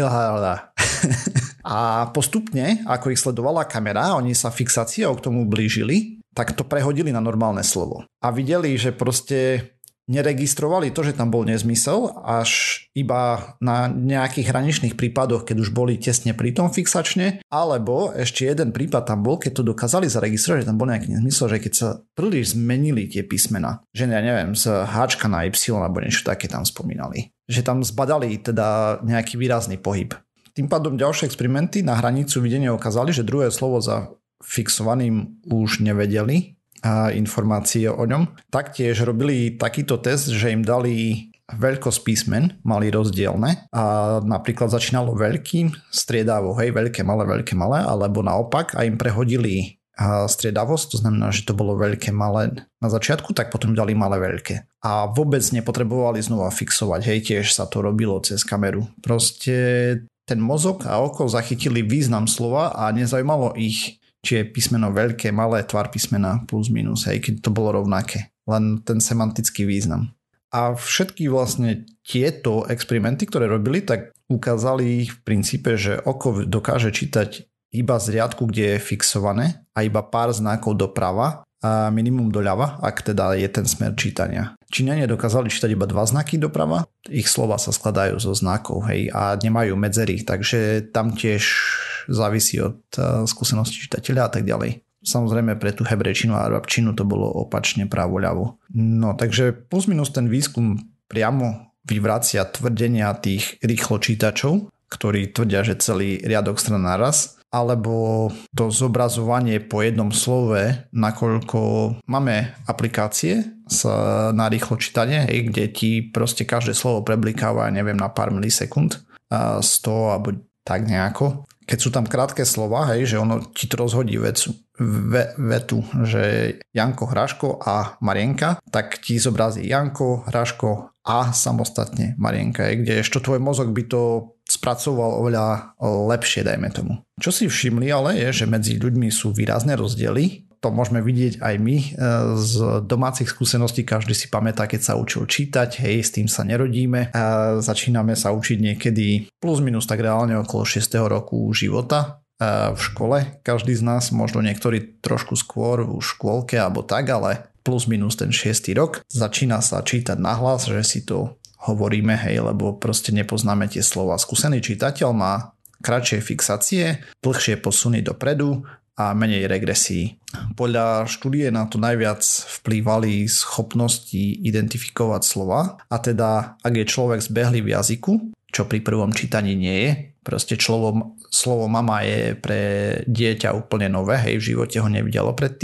a postupne, ako ich sledovala kamera, oni sa fixáciou k tomu blížili, tak to prehodili na normálne slovo. A videli, že proste neregistrovali to, že tam bol nezmysel, až iba na nejakých hraničných prípadoch, keď už boli tesne pri tom fixačne, alebo ešte jeden prípad tam bol, keď to dokázali zaregistrovať, že tam bol nejaký nezmysel, že keď sa príliš zmenili tie písmena, že ja neviem, z Hčka na Y alebo niečo také tam spomínali, že tam zbadali teda nejaký výrazný pohyb. Tým pádom ďalšie experimenty na hranicu videnia ukázali, že druhé slovo za fixovaným už nevedeli a informácie o ňom. Taktiež robili takýto test, že im dali veľkosť písmen, mali rozdielne a napríklad začínalo veľkým, striedavo, hej, veľké, malé, alebo naopak a im prehodili striedavosť, to znamená, že to bolo veľké, malé na začiatku, tak potom dali malé, veľké. A vôbec nepotrebovali znova fixovať, hej, tiež sa to robilo cez kameru. Proste ten mozog a oko zachytili význam slova a nezaujímalo ich, či je písmeno veľké, malé, tvar písmena plus minus, hej, keď to bolo rovnaké. Len ten semantický význam. A všetky vlastne tieto experimenty, ktoré robili, tak ukázali v princípe, že oko dokáže čítať iba z riadku, kde je fixované a iba pár znakov doprava a minimum doľava, ak teda je ten smer čítania. Číňania dokázali čítať iba 2 znaky doprava, ich slova sa skladajú zo znakov, hej, a nemajú medzery, takže tam tiež závisí od skúsenosti čitateľa a tak ďalej. Samozrejme pre tú hebrejčinu a arabčinu to bolo opačne pravo-ľavo. No takže plus minus ten výskum priamo vyvracia tvrdenia tých rýchlo čítačov, ktorí tvrdia, že celý riadok strán naraz, alebo to zobrazovanie po jednom slove, nakoľko máme aplikácie na rýchlo čítanie, hej, kde ti proste každé slovo preblikáva, neviem, na pár milisekúnd, 100 alebo tak nejako. Keď sú tam krátke slova, hej, že ono ti to rozhodí vetu, že Janko, Hráško a Marienka, tak ti zobrazí Janko, Hráško a samostatne Marienka, kde ešte tvoj mozog by to spracoval oveľa lepšie, dajme tomu. Čo si všimli ale je, že medzi ľuďmi sú výrazné rozdiely. To môžeme vidieť aj my z domácich skúseností. Každý si pamätá, keď sa učil čítať, hej, s tým sa nerodíme. A začíname sa učiť niekedy plus minus tak reálne okolo 6. roku života v škole. Každý z nás, možno niektorí trošku skôr v škôlke alebo tak, ale plus minus ten 6. rok. Začína sa čítať nahlas, že si to hovoríme, hej, lebo proste nepoznáme tie slova. Skúsený čitateľ má kratšie fixácie, dlhšie posuny dopredu a menej regresí. Podľa štúdie na to najviac vplývali schopnosti identifikovať slova, a teda ak je človek zbehlý v jazyku, čo pri prvom čítaní nie je, proste slovo mama je pre dieťa úplne nové, hej, v živote ho nevidelo predtým,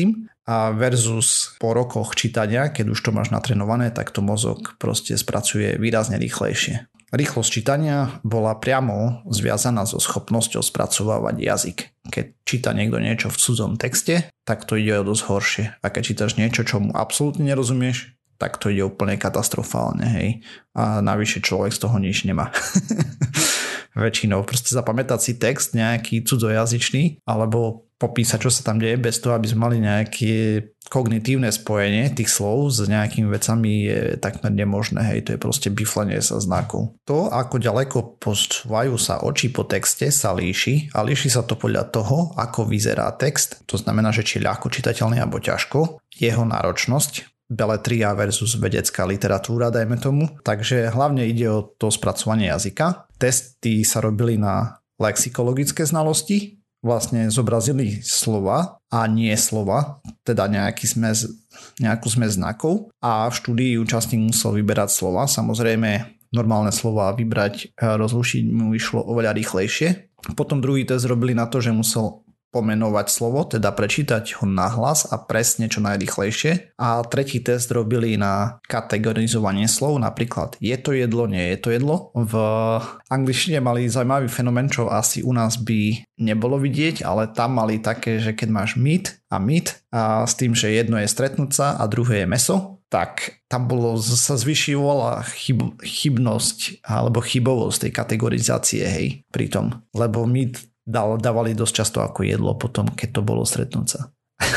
a versus po rokoch čítania, keď už to máš natrenované, tak to mozog proste spracuje výrazne rýchlejšie. Rýchlosť čítania bola priamo zviazaná so schopnosťou spracovávať jazyk. Keď číta niekto niečo v cudzom texte, tak to ide o dosť horšie. A keď čítaš niečo, čo mu absolútne nerozumieš, tak to ide úplne katastrofálne, hej. A navyše človek z toho nič nemá. Väčšinou proste zapamätať si text nejaký cudzojazyčný alebo popísať, čo sa tam deje bez toho, aby sme mali nejaké kognitívne spojenie tých slov s nejakými vecami je takmer nemožné, hej, to je proste biflenie sa znakov. To, ako ďaleko posúvajú sa oči po texte, sa líši a líši sa to podľa toho, ako vyzerá text, to znamená, že či je ľahko čitateľný alebo ťažko, jeho náročnosť, beletria versus vedecká literatúra, dajme tomu. Takže hlavne ide o to spracovanie jazyka. Testy sa robili na lexikologické znalosti, vlastne zobrazili slova a nie slova, teda nejakú zmes znakov a v štúdii účastník musel vyberať slova. Samozrejme, normálne slova vybrať, rozlúšiť mu išlo oveľa rýchlejšie. Potom druhý test robili na to, že musel pomenovať slovo, teda prečítať ho nahlas a presne čo najrýchlejšie. A tretí test robili na kategorizovanie slov, napríklad je to jedlo, nie je to jedlo. V angličtine mali zaujímavý fenomén, čo asi u nás by nebolo vidieť, ale tam mali také, že keď máš meat a s tým, že jedno je stretnúť sa a druhé je mäso, tak tam sa zvyšovala chybnosť alebo chybovosť tej kategorizácie, hej, pri tom. Lebo meat dávali dosť často ako jedlo potom, keď to bolo stretnúť sa.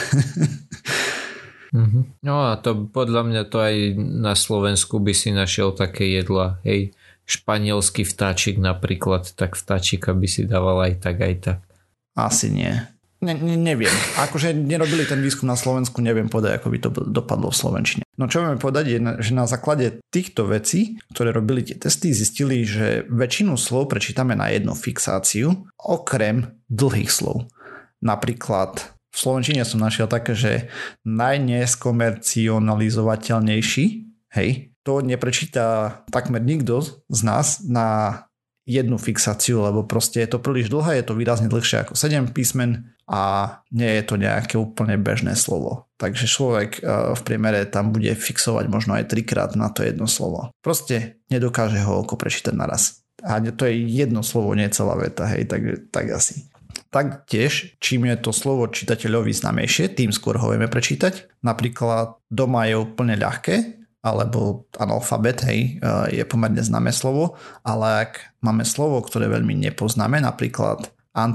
No a to podľa mňa to aj na Slovensku by si našiel také jedla, hej, španielský vtáčik napríklad, tak vtáčika by si dával aj tak. Asi nie. Neviem. Akože nerobili ten výskum na Slovensku, neviem povedať, ako by to dopadlo v slovenčine. No čo vieme povedať je, že na základe týchto vecí, ktoré robili tie testy, zistili, že väčšinu slov prečítame na jednu fixáciu, okrem dlhých slov. Napríklad v slovenčine som našiel také, že najneskomercionalizovateľnejší, hej, to neprečíta takmer nikto z nás na jednu fixáciu, lebo proste je to príliš dlhé, je to výrazne dlhšie ako 7 písmen a nie je to nejaké úplne bežné slovo. Takže človek v priemere tam bude fixovať možno aj 3-krát na to jedno slovo. Proste nedokáže ho oko prečítať naraz. A to je jedno slovo, nie celá veta, hej, tak asi. Taktiež, čím je to slovo čitateľovi známejšie, tým skôr ho vieme prečítať. Napríklad doma je úplne ľahké, alebo analfabet, hej, je pomerne známe slovo, ale ak máme slovo, ktoré veľmi nepoznáme, napríklad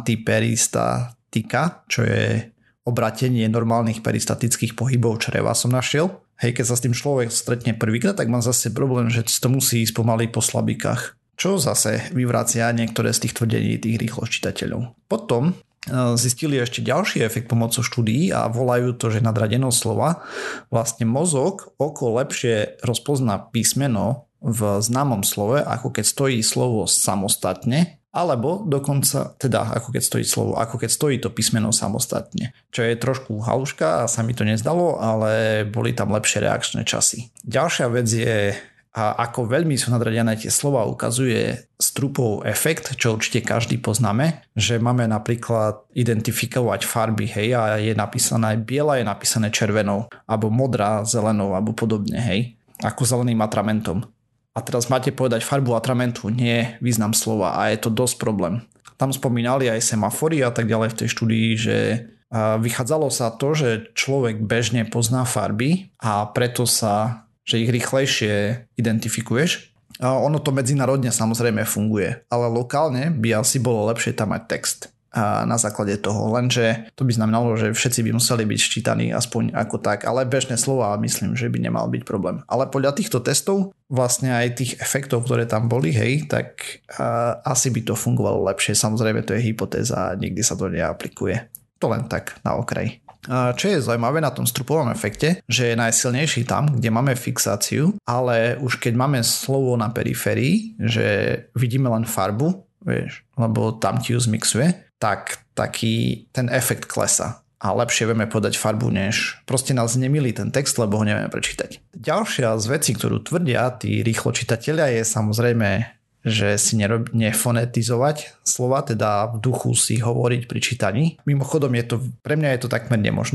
antiperistatika, čo je obratenie normálnych peristatických pohybov čreva som našiel. Hej, keď sa s tým človek stretne prvýkrát, tak má zase problém, že to musí ísť pomaly po slabikách, čo zase vyvracia niektoré z tých tvrdení tých rýchlo čitateľov. Potom zistili ešte ďalší efekt pomocou štúdií a volajú to, že nadradenosť slova. Vlastne mozog oko lepšie rozpozná písmeno v známom slove, ako keď stojí slovo samostatne, alebo dokonca, teda ako keď stojí to písmeno samostatne. Čo je trošku haluška a sa mi to nezdalo, ale boli tam lepšie reakčné časy. Ďalšia vec je, a ako veľmi sú nadradené tie slova, ukazuje Strupov efekt, čo určite každý poznáme, že máme napríklad identifikovať farby, hej, a je napísané biela, je napísané červenou, alebo modrá, zelenou, alebo podobne, hej, ako zeleným atramentom. A teraz máte povedať farbu atramentu, nie význam slova a je to dosť problém. Tam spomínali aj semafory a tak ďalej v tej štúdii, že vychádzalo sa to, že človek bežne pozná farby a preto že ich rýchlejšie identifikuješ. A ono to medzinárodne samozrejme funguje, ale lokálne by asi bolo lepšie tam mať text na základe toho, lenže to by znamenalo, že všetci by museli byť ščítaní aspoň ako tak, ale bežné slova myslím, že by nemal byť problém. Ale podľa týchto testov, vlastne aj tých efektov, ktoré tam boli, hej, tak asi by to fungovalo lepšie. Samozrejme to je hypotéza a nikdy sa to neaplikuje. To len tak na okraj. Čo je zaujímavé na tom Strupovom efekte, že je najsilnejší tam, kde máme fixáciu, ale už keď máme slovo na periférii, že vidíme len farbu, vieš, lebo tam ti ju zmixuje, tak taký ten efekt klesa. A lepšie vieme podať farbu, než proste nás nemilí ten text, lebo ho nevieme prečítať. Ďalšia z vecí, ktorú tvrdia tí rýchlo čitatelia, je samozrejme, že si nefonetizovať slova, teda v duchu si hovoriť pri čítaní. Mimochodom, pre mňa je to takmer nemožné.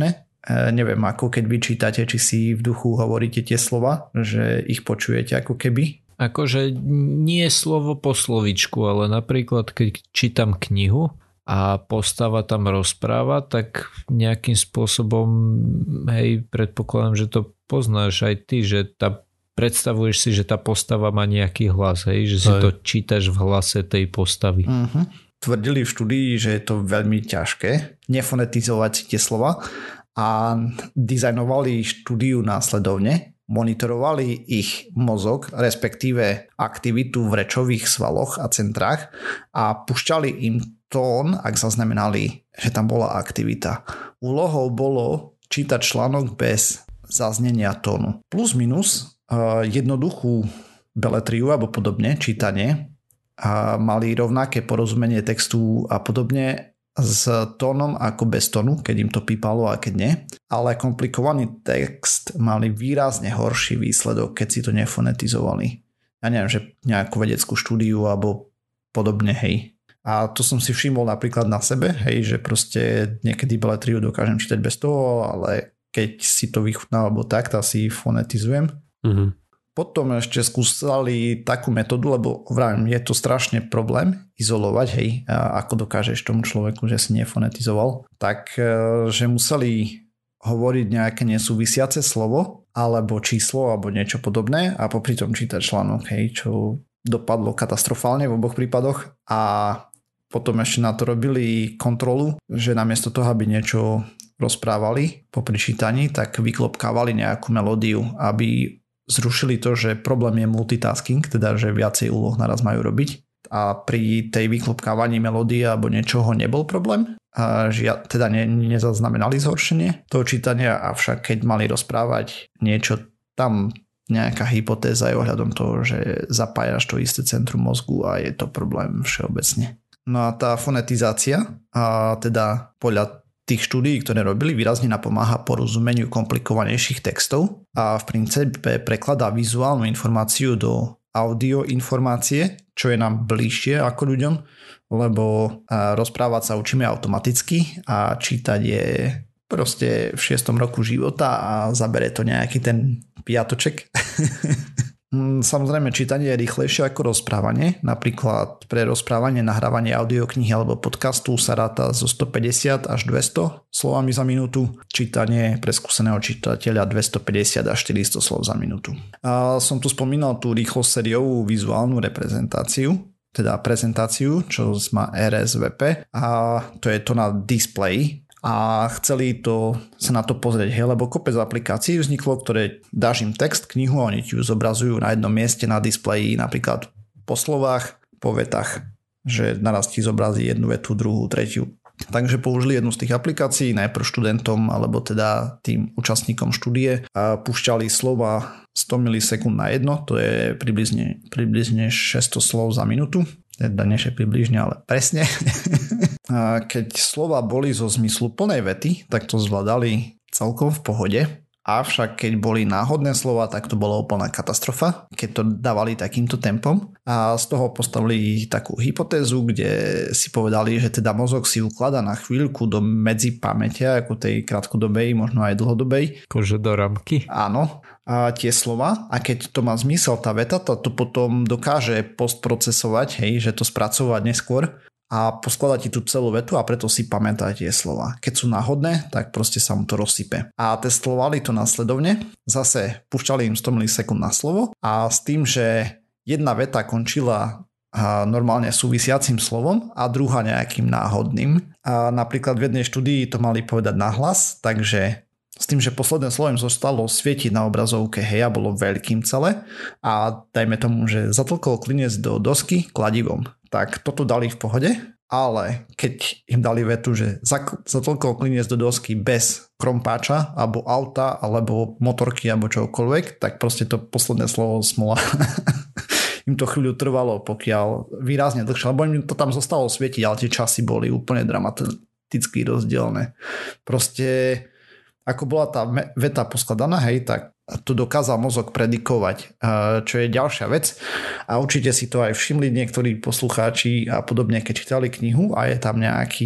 neviem, ako keď vy čítate, či si v duchu hovoríte tie slova, že ich počujete ako keby? Akože nie slovo po slovičku, ale napríklad keď čítam knihu a postava tam rozpráva, tak nejakým spôsobom, hej, predpokladám, že to poznáš aj ty, že predstavuješ si, že tá postava má nejaký hlas, hej, že si to čítaš v hlase tej postavy. Tvrdili v štúdii, že je to veľmi ťažké nefonetizovať si tie slova a dizajnovali štúdiu následovne, monitorovali ich mozog, respektíve aktivitu v rečových svaloch a centrách a pušťali im tón, ak zaznamenali, že tam bola aktivita. Úlohou bolo čítať článok bez zaznenia tónu. Plus minus jednoduchú beletriu alebo podobne, čítanie, a mali rovnaké porozumenie textu a podobne s tónom ako bez tónu, keď im to pípalo a keď nie. Ale komplikovaný text mali výrazne horší výsledok, keď si to nefonetizovali. Ja neviem, že nejakú vedeckú štúdiu alebo podobne, hej. A to som si všimol napríklad na sebe, hej, že proste niekedy beletriu dokážem čítať bez toho, ale keď si to vychutná alebo tak, to si fonetizujem. Potom ešte skúsali takú metódu, lebo vravím, je to strašne problém izolovať, hej, ako dokážeš tomu človeku, že si nefonetizoval, tak že museli hovoriť nejaké nesúvisiace slovo alebo číslo alebo niečo podobné a popri tom čítať článok, hej, čo dopadlo katastrofálne v oboch prípadoch a potom ešte na to robili kontrolu, že namiesto toho, aby niečo rozprávali po pričítaní, tak vyklopkávali nejakú melódiu, aby zrušili to, že problém je multitasking, teda že viacej úloh naraz majú robiť a pri tej vyklopkávaní melódie alebo niečoho nebol problém. Teda nezaznamenali zhoršenie toho čítania, avšak keď mali rozprávať niečo, tam nejaká hypotéza je ohľadom toho, že zapájaš to isté centrum mozgu a je to problém všeobecne. No a tá fonetizácia, a teda podľa tých štúdií, ktoré robili, výrazne napomáha porozumeniu komplikovanejších textov a v princípe prekladá vizuálnu informáciu do audio informácie, čo je nám bližšie ako ľuďom, lebo rozprávať sa učíme automaticky a čítať je proste v 6. roku života a zabere to nejaký ten piatoček. Samozrejme, čítanie je rýchlejšie ako rozprávanie. Napríklad pre rozprávanie, nahrávanie audioknihy alebo podcastu sa ráta zo 150 až 200 slovami za minútu. Čítanie pre skúseného čitateľa 250 až 400 slov za minútu. A som tu spomínal tú rýchlosériovú vizuálnu reprezentáciu, teda prezentáciu, čo má RSVP a to je to na display. A chceli sa na to pozrieť, hej, lebo kopec aplikácií vzniklo, ktoré dáš im text, knihu a oni ti ju zobrazujú na jednom mieste na displeji, napríklad po slovách, po vetách, že naraz ti zobrazí jednu vetu, druhú, tretiu. Takže použili jednu z tých aplikácií, najprv študentom, alebo teda tým účastníkom štúdie a púšťali slova 100 milisekúnd na jedno, to je približne 600 slov za minútu. Teda nie približne, ale presne. A keď slova boli zo zmyslu plnej vety, tak to zvládali celkom v pohode. Avšak keď boli náhodné slova, tak to bola úplná katastrofa, keď to dávali takýmto tempom. A z toho postavili takú hypotézu, kde si povedali, že teda mozog si ukladá na chvíľku do medzipamäťa, ako tej krátkodobej, možno aj dlhodobej. Akože do ramky. Áno. A tie slova, a keď to má zmysel tá veta, to potom dokáže postprocesovať, hej, že to spracovať neskôr a poskladať ti tú celú vetu a preto si pamätá tie slova. Keď sú náhodné, tak proste sa mu to rozsype. A testovali to následovne, zase púšťali im 100 milisekúnd na slovo a s tým, že jedna veta končila normálne súvisiacim slovom a druhá nejakým náhodným. A napríklad v jednej štúdii to mali povedať nahlas, takže s tým, že posledné slovo im zostalo svietiť na obrazovke, hej, a bolo veľkým celé a dajme tomu, že zatlkol klinec do dosky kladivom. Tak toto dali v pohode, ale keď im dali vetu, že zatlkol klinec do dosky bez krompáča alebo auta alebo motorky alebo čokoľvek, tak proste to posledné slovo smola. Im to chvíľu trvalo, pokiaľ výrazne dlhšie, lebo im to tam zostalo svietiť, ale tie časy boli úplne dramaticky rozdielne. Proste ako bola tá veta poskladaná, hej, tak to dokázal mozog predikovať, čo je ďalšia vec. A určite si to aj všimli niektorí poslucháči a podobne, keď čítali knihu a je tam nejaký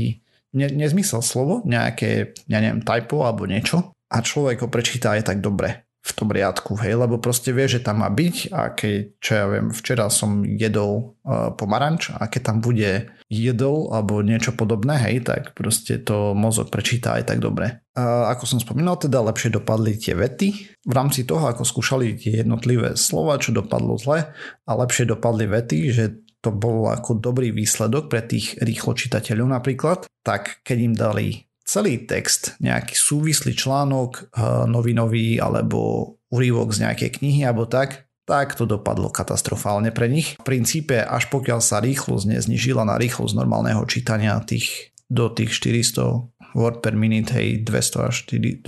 nezmysel slovo, nejaké, ja neviem, typo alebo niečo a človek ho prečíta aj tak dobre v tom riadku, hej, lebo proste vie, že tam má byť a keď, čo ja viem, včera som jedol pomaranč a keď tam bude jedol alebo niečo podobné, hej, tak proste to mozog prečíta aj tak dobre. Ako som spomínal, teda lepšie dopadli tie vety. V rámci toho, ako skúšali tie jednotlivé slova, čo dopadlo zle a lepšie dopadli vety, že to bol ako dobrý výsledok pre tých rýchločitateľov napríklad, tak keď im dali celý text, nejaký súvislý článok novinový alebo úryvok z nejakej knihy alebo tak to dopadlo katastrofálne pre nich. V princípe, až pokiaľ sa rýchlosť neznižila na rýchlosť normálneho čítania do tých 400 word per minute, hej, 200 až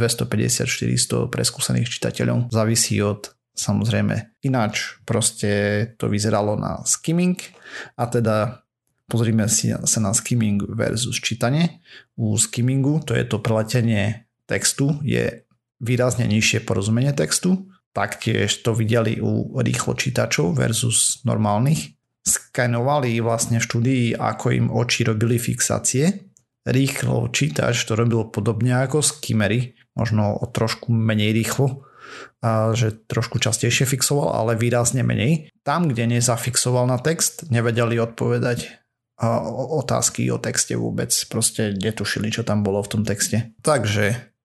250-400 pre skúsených čitateľov, závisí od samozrejme. Ináč proste to vyzeralo na skimming a teda pozrime si sa na skimming versus čítanie. U skimmingu, to je to preletenie textu, je výrazne nižšie porozumenie textu. Taktiež to videli u rýchlo čítačov versus normálnych. Skanovali vlastne v štúdii, ako im oči robili fixácie. Rýchlo čítač to robil podobne ako skimmery, možno o trošku menej rýchlo, že trošku častejšie fixoval, ale výrazne menej. Tam, kde nezafixoval na text, nevedeli odpovedať otázky o texte vôbec, proste netušili, čo tam bolo v tom texte. Takže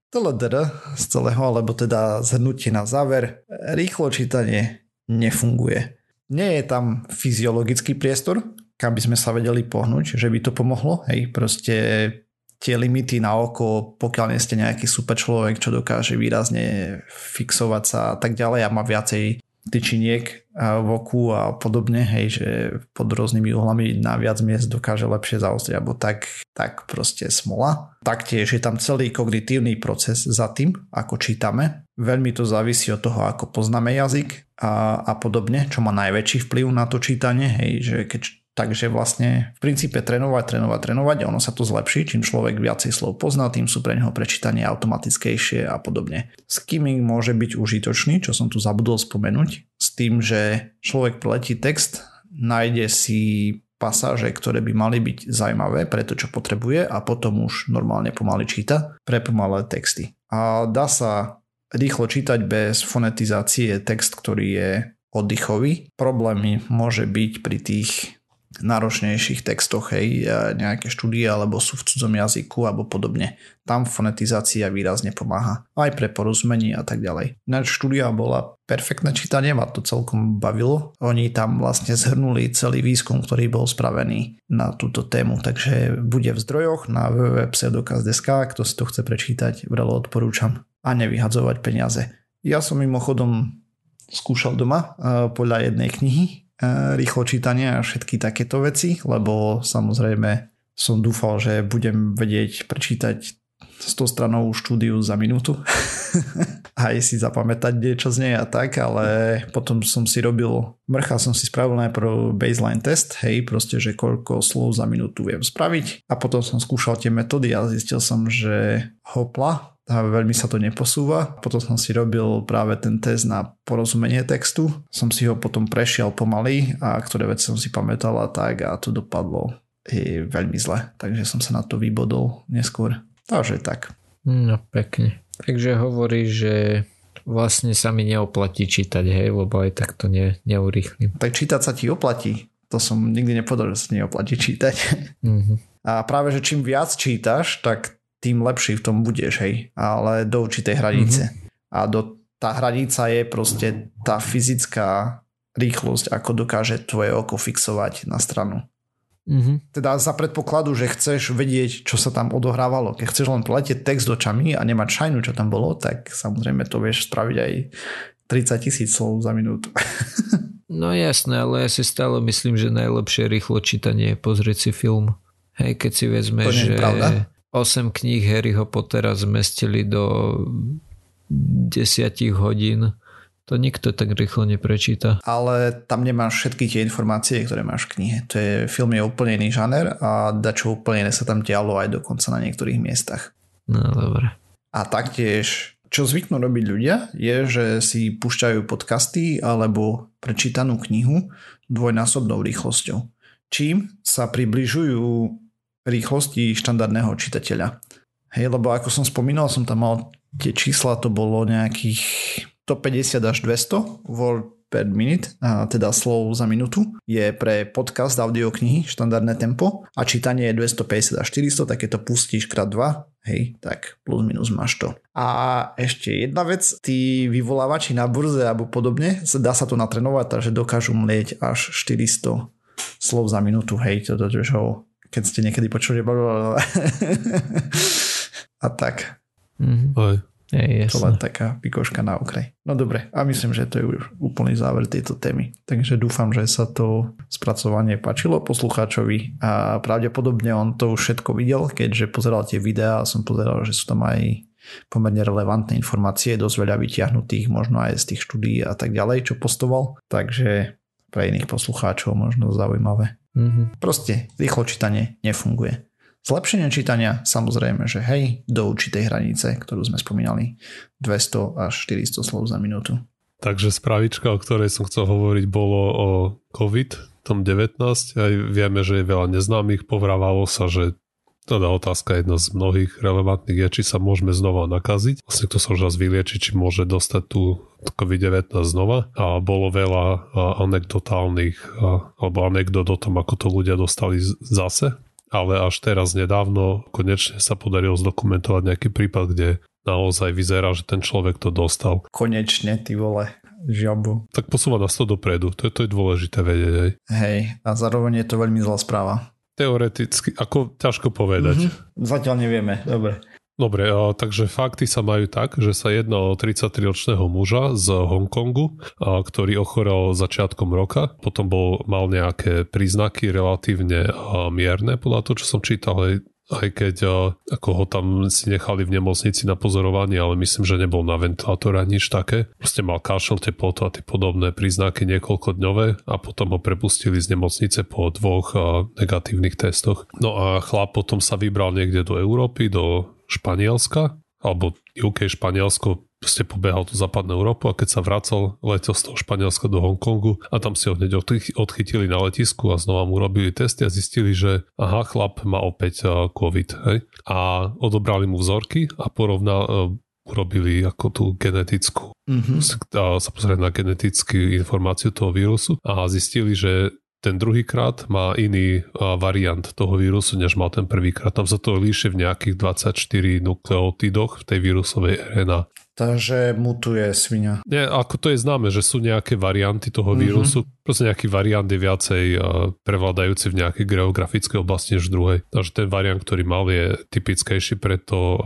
z celého, alebo teda zhrnutie na záver, rýchlo čítanie nefunguje. Nie je tam fyziologický priestor, kam by sme sa vedeli pohnúť, že by to pomohlo, hej, proste tie limity na oko, pokiaľ nie ste nejaký super človek, čo dokáže výrazne fixovať sa a tak ďalej a má viacej tyčiniek v oku a podobne, hej, že pod rôznymi uhlami na viac miest dokáže lepšie zaostriť, alebo tak proste smola. Taktiež je tam celý kognitívny proces za tým, ako čítame. Veľmi to závisí od toho, ako poznáme jazyk a podobne, čo má najväčší vplyv na to čítanie, hej, že takže vlastne v princípe trénovať a ono sa to zlepší, čím človek viacej slov pozná, tým sú pre neho prečítanie automatickejšie a podobne. Skimming môže byť užitočný, čo som tu zabudol spomenúť, s tým, že človek preletí text, nájde si pasáže, ktoré by mali byť zaujímavé pre to, čo potrebuje a potom už normálne pomaly číta pre pomalé texty. A dá sa rýchlo čítať bez fonetizácie text, ktorý je oddychový. Problémy môže byť pri tých náročnejších textoch, hej, nejaké štúdie alebo sú v cudzom jazyku alebo podobne. Tam fonetizácia výrazne pomáha aj pre porozumenie a tak ďalej. Ináč štúdia bola perfektné čítanie, ma to celkom bavilo. Oni tam vlastne zhrnuli celý výskum, ktorý bol spravený na túto tému, takže bude v zdrojoch na www.pseudokaz.sk, kto si to chce prečítať, vrelo odporúčam a nevyhadzovať peniaze. Ja som mimochodom skúšal doma podľa jednej knihy rýchlo čítanie a všetky takéto veci, lebo samozrejme som dúfal, že budem vedieť prečítať 100-stranovú štúdiu za minútu aj si zapamätať niečo z nej a tak, ale potom som si spravil najprv baseline test, hej, proste, že koľko slov za minútu viem spraviť a potom som skúšal tie metódy a zistil som, že hopla, a veľmi sa to neposúva. Potom som si robil práve ten test na porozumenie textu. Som si ho potom prešiel pomaly a ktoré veci som si pamätal a tak a to dopadlo veľmi zle. Takže som sa na to vybodol neskôr. Takže tak. No pekne. Takže hovorí, že vlastne sa mi neoplatí čítať, hej, lebo aj tak to neurýchlim. Tak čítať sa ti oplatí. To som nikdy nepovedal, že sa neoplatí čítať. Mm-hmm. A práve, že čím viac čítaš, tak tým lepší v tom budeš, hej, ale do určitej hranice. Mm-hmm. A tá hranica je proste tá fyzická rýchlosť, ako dokáže tvoje oko fixovať na stranu. Mm-hmm. Teda za predpokladu, že chceš vedieť, čo sa tam odohrávalo. Keď chceš len preletieť text očami a nemať šajnu, čo tam bolo, tak samozrejme to vieš spraviť aj 30 000 slov za minútu. No jasné, ale ja si stále myslím, že najlepšie rýchlo čítanie je pozrieť si film. Hej, keď si vezmeš, že 8 kníh Harryho Pottera zmestili do 10 hodín. To nikto tak rýchlo neprečíta. Ale tam nemáš všetky tie informácie, ktoré máš v knihe. Film je úplne iný žáner a dačo úplne iné sa tam dialo aj dokonca na niektorých miestach. No dobre. A taktiež, čo zvyknú robiť ľudia, je, že si púšťajú podcasty alebo prečítanú knihu dvojnásobnou rýchlosťou. Čím sa približujú rýchlosti štandardného čitateľa. Hej, lebo ako som spomínal, som tam mal tie čísla, to bolo nejakých 150 až 200 word per minute, teda slov za minútu, je pre podcast audioknihy štandardné tempo a čítanie je 250 až 400, tak keď to pustíš krát 2, hej, tak plus minus máš to. A ešte jedna vec, tí vyvolávači na burze alebo podobne, dá sa to natrénovať, takže dokážu mlieť až 400 slov za minútu, hej, toto, keď ste niekedy počuli a tak. Je, to len taká pikoška na okraj. No dobre, a myslím, že to je už úplný záver tejto témy. Takže dúfam, že sa to spracovanie páčilo poslucháčovi a pravdepodobne on to už všetko videl, keďže pozeral tie videá a som pozeral, že sú tam aj pomerne relevantné informácie, dosť veľa vytiahnutých, možno aj z tých štúdií a tak ďalej, čo postoval. Takže pre iných poslucháčov možno zaujímavé. Proste rýchlo čítanie nefunguje. Zlepšenie čítania, samozrejme, že hej, do určitej hranice, ktorú sme spomínali, 200 až 400 slov za minútu. Takže spravička, o ktorej som chcel hovoriť, bolo o COVID, tom 19. Aj vieme, že je veľa neznámych, povrávalo sa, že teda otázka jedna z mnohých relevantných je, či sa môžeme znova nakaziť. Vlastne kto sa už raz vylieči, či môže dostať tú COVID-19 znova. A bolo veľa anekdotálnych alebo anekdot o tom, ako to ľudia dostali zase. Ale až teraz nedávno konečne sa podarilo zdokumentovať nejaký prípad, kde naozaj vyzerá, že ten človek to dostal. Konečne, ty vole, žabu. Tak posúva nás to dopredu, to je dôležité vedieť. Hej, a zároveň je to veľmi zlá správa. Teoreticky, ako ťažko povedať. Zatiaľ nevieme, dobre. Dobre, takže fakty sa majú tak, že sa jedná o 33-ročného muža z Hongkongu, ktorý ochorel začiatkom roka. Potom mal nejaké príznaky relatívne mierne, podľa toho, čo som čítal, aj keď ako ho tam si nechali v nemocnici na pozorovanie, ale myslím, že nebol na ventilátore nič také. Proste mal kašel, teplotu a tie podobné príznaky niekoľkodňové a potom ho prepustili z nemocnice po 2 negatívnych testoch. No a chlap potom sa vybral niekde do Európy, do Španielska, alebo UK, Španielsko, proste pobehal tú západnú Európu a keď sa vracal, letel z toho Španielska do Hongkongu a tam si ho hneď odchytili na letisku a znova mu robili testy a zistili, že aha, chlap má opäť COVID. Hej? A odobrali mu vzorky a urobili ako tú genetickú sa pozrieť na genetickú informáciu toho vírusu a zistili, že ten druhýkrát má iný variant toho vírusu, než mal ten prvýkrát. Tam sa to líši v nejakých 24 nukleotidoch v tej vírusovej RNA. Takže mutuje svinia. Nie, ako to je známe, že sú nejaké varianty toho vírusu. Proste nejaký variant je viacej prevládajúci v nejakej geografickej oblasti než druhej. Takže ten variant, ktorý mal, je typickejší pre to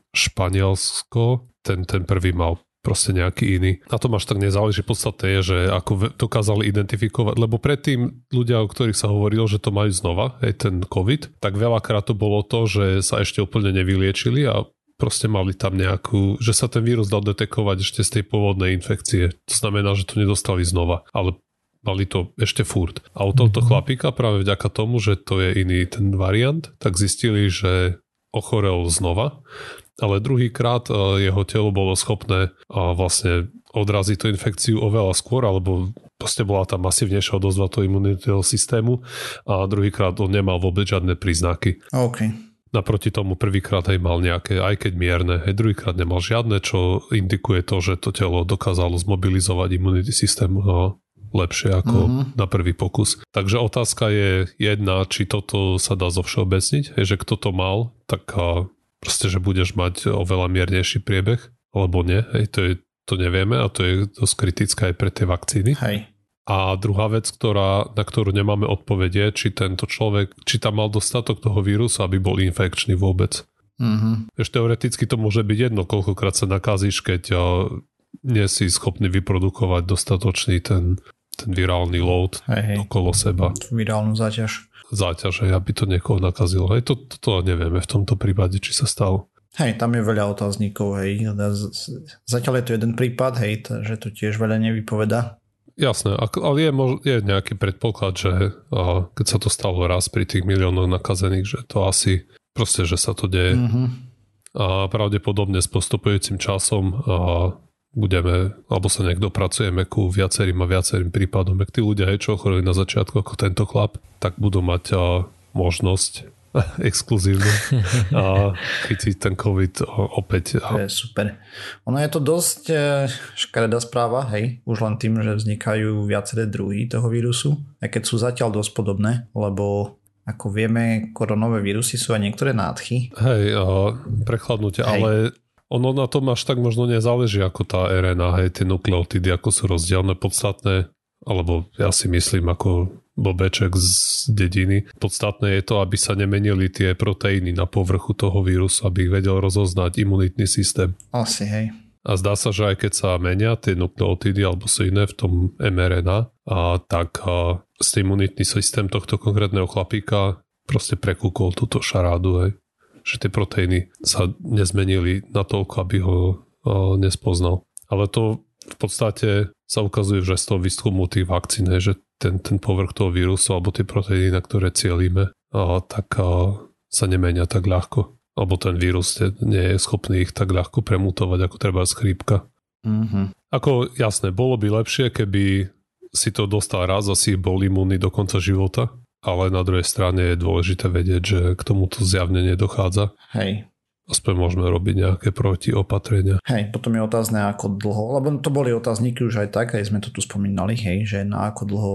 Španielsko. Ten prvý mal proste nejaký iný. Na tom až tak nezáleží. Podstatné je, že ako dokázali identifikovať, lebo predtým ľudia, o ktorých sa hovorilo, že to majú znova, aj ten COVID, tak veľakrát to bolo to, že sa ešte úplne nevyliečili a proste mali tam nejakú, že sa ten vírus dal detekovať ešte z tej pôvodnej infekcie. To znamená, že to nedostali znova, ale mali to ešte furt. A u tomto chlapíka práve vďaka tomu, že to je iný ten variant, tak zistili, že ochorel znova, ale druhýkrát jeho telo bolo schopné vlastne odraziť tú infekciu oveľa skôr, alebo proste bola tam masívnejšia odozva toho imunitného systému a druhýkrát on nemal vôbec žiadne príznaky. OK. Naproti tomu prvýkrát aj mal nejaké, aj keď mierne, aj druhýkrát nemal žiadne, čo indikuje to, že to telo dokázalo zmobilizovať imunitný systém lepšie ako na prvý pokus. Takže otázka je jedna, či toto sa dá zovšeobecniť, že kto to mal, tak proste, že budeš mať oveľa miernejší priebeh, alebo nie, to nevieme a to je dosť kritické aj pre tie vakcíny. Hej. A druhá vec, na ktorú nemáme odpovedie, či tento človek, či tam mal dostatok toho vírusu, aby bol infekčný vôbec. Ešte teoreticky to môže byť jedno, koľkokrát sa nakazíš, keď nie si schopný vyprodukovať dostatočný ten virálny load okolo seba. Virálnu záťaž, aby to niekoho nakazilo. To nevieme v tomto prípade, či sa stalo. Hej, tam je veľa otáznikov, hej. Zatiaľ je to jeden prípad, hej, že to tiež veľa nevypovedá. Jasné, ale je nejaký predpoklad, že keď sa to stalo raz pri tých miliónoch nakazených, že to asi proste, že sa to deje. A pravdepodobne s postupujúcim časom budeme, alebo sa nejak dopracujeme ku viacerým prípadom. Ak tí ľudia, čo ochoreli na začiatku ako tento chlap, tak budú mať možnosť exkluzívne a chytiť ten COVID opäť. To je super. Ono je to dosť škaredá správa, hej, už len tým, že vznikajú viaceré druhy toho vírusu, aj keď sú zatiaľ dosť podobné, lebo ako vieme, koronové vírusy sú aj niektoré nádchy. Hej, prechladnutie, ale ono na tom až tak možno nezáleží ako tá RNA, hej, tie nukleotidy, ako sú rozdielne, podstatné, alebo ja si myslím ako bobeček z dediny. Podstatné je to, aby sa nemenili tie proteíny na povrchu toho vírusu, aby ich vedel rozoznať imunitný systém. Asi, hej. A zdá sa, že aj keď sa menia tie nukleotidy alebo sú iné v tom mRNA, tak imunitný systém tohto konkrétneho chlapíka proste prekúkol túto šarádu, hej. Že tie proteíny sa nezmenili natoľko, aby ho nespoznal. Ale to v podstate sa ukazuje, že z toho výskumu tých vakcín, že ten povrch toho vírusu alebo tie proteíny, na ktoré cielíme, tak sa nemenia tak ľahko. Alebo ten vírus nie je schopný ich tak ľahko premutovať, ako treba chrípka. Mm-hmm. Ako jasné, bolo by lepšie, keby si to dostal raz a si bol imúnny do konca života, ale na druhej strane je dôležité vedieť, že k tomuto zjavne nedochádza. Hej. Aspoň môžeme robiť nejaké protiopatrenia. Hej, potom je otázne ako dlho, lebo to boli otázniky už aj tak, aj sme to tu spomínali, hej, že na ako dlho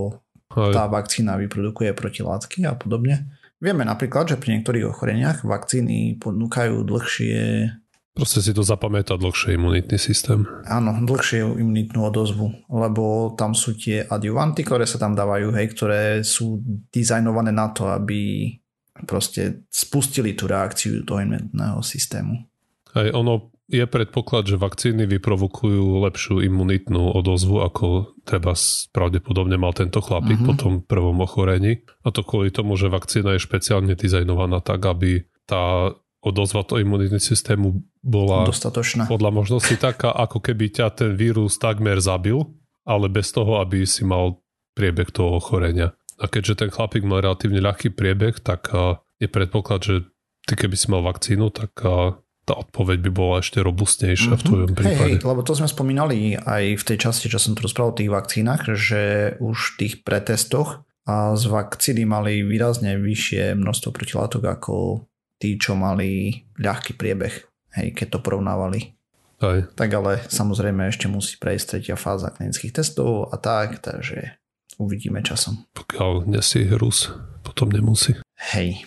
tá vakcína vyprodukuje protilátky a podobne. Vieme napríklad, že pri niektorých ochoreniach vakcíny ponúkajú dlhšie... Proste si to zapamätá dlhšie imunitný systém. Áno, dlhšie imunitnú odozvu, lebo tam sú tie adjuvanty, ktoré sa tam dávajú, hej, ktoré sú dizajnované na to, aby proste spustili tú reakciu toho imunitného systému. Aj ono je predpoklad, že vakcíny vyprovokujú lepšiu imunitnú odozvu, ako treba pravdepodobne mal tento chlapík po tom prvom ochorení. A to kvôli tomu, že vakcína je špeciálne dizajnovaná tak, aby tá odozva toho imunitného systému bola dostatočná. Podľa možnosti taká, ako keby ťa ten vírus takmer zabil, ale bez toho, aby si mal priebeh toho ochorenia. A keďže ten chlapík mal relatívne ľahký priebeh, tak je predpoklad, že ty keby si mal vakcínu, tak tá odpoveď by bola ešte robustnejšia v tvojom prípade. Hej, lebo to sme spomínali aj v tej časti, čo som tu rozprával o tých vakcínach, že už v tých pretestoch z vakcíny mali výrazne vyššie množstvo protilátok ako tí, čo mali ľahký priebeh, hej, keď to porovnávali. Aj. Tak ale samozrejme ešte musí prejsť tretia fáza klinických testov a tak, takže uvidíme časom. Pokiaľ nesi Rus, potom nemusí. Hej.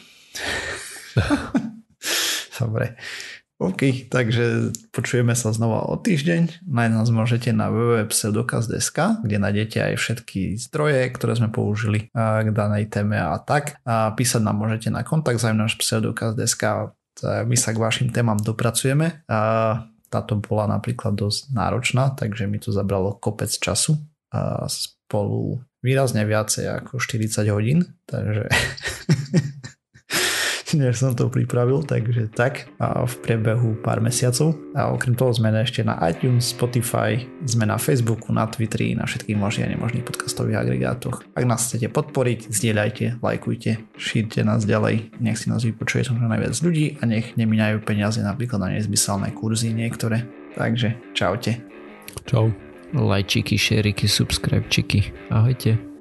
Dobre. OK, takže počujeme sa znova o týždeň. Nájsť nás môžete na www.pseudokaz.sk, kde nájdete aj všetky zdroje, ktoré sme použili k danej téme a tak. A písať nám môžete na kontakt@pseudokaz.sk. My sa k vašim témam dopracujeme. A táto bola napríklad dosť náročná, takže mi to zabralo kopec času. A spolu výrazne viacej ako 40 hodín, takže než som to pripravil, takže tak a v priebehu pár mesiacov. A okrem toho sme ešte na iTunes, Spotify, sme na Facebooku, na Twitteri, na všetkých možných a nemožných podcastových agregátoch. Ak nás chcete podporiť, zdieľajte, lajkujte, šírte nás ďalej, nech si nás vypočuje čo najviac ľudí a nech nemíňajú peniaze napríklad na nezmyselné kurzy niektoré. Takže čaute. Čau. Lajčiky, šeriky, subscribečiky. Ahojte.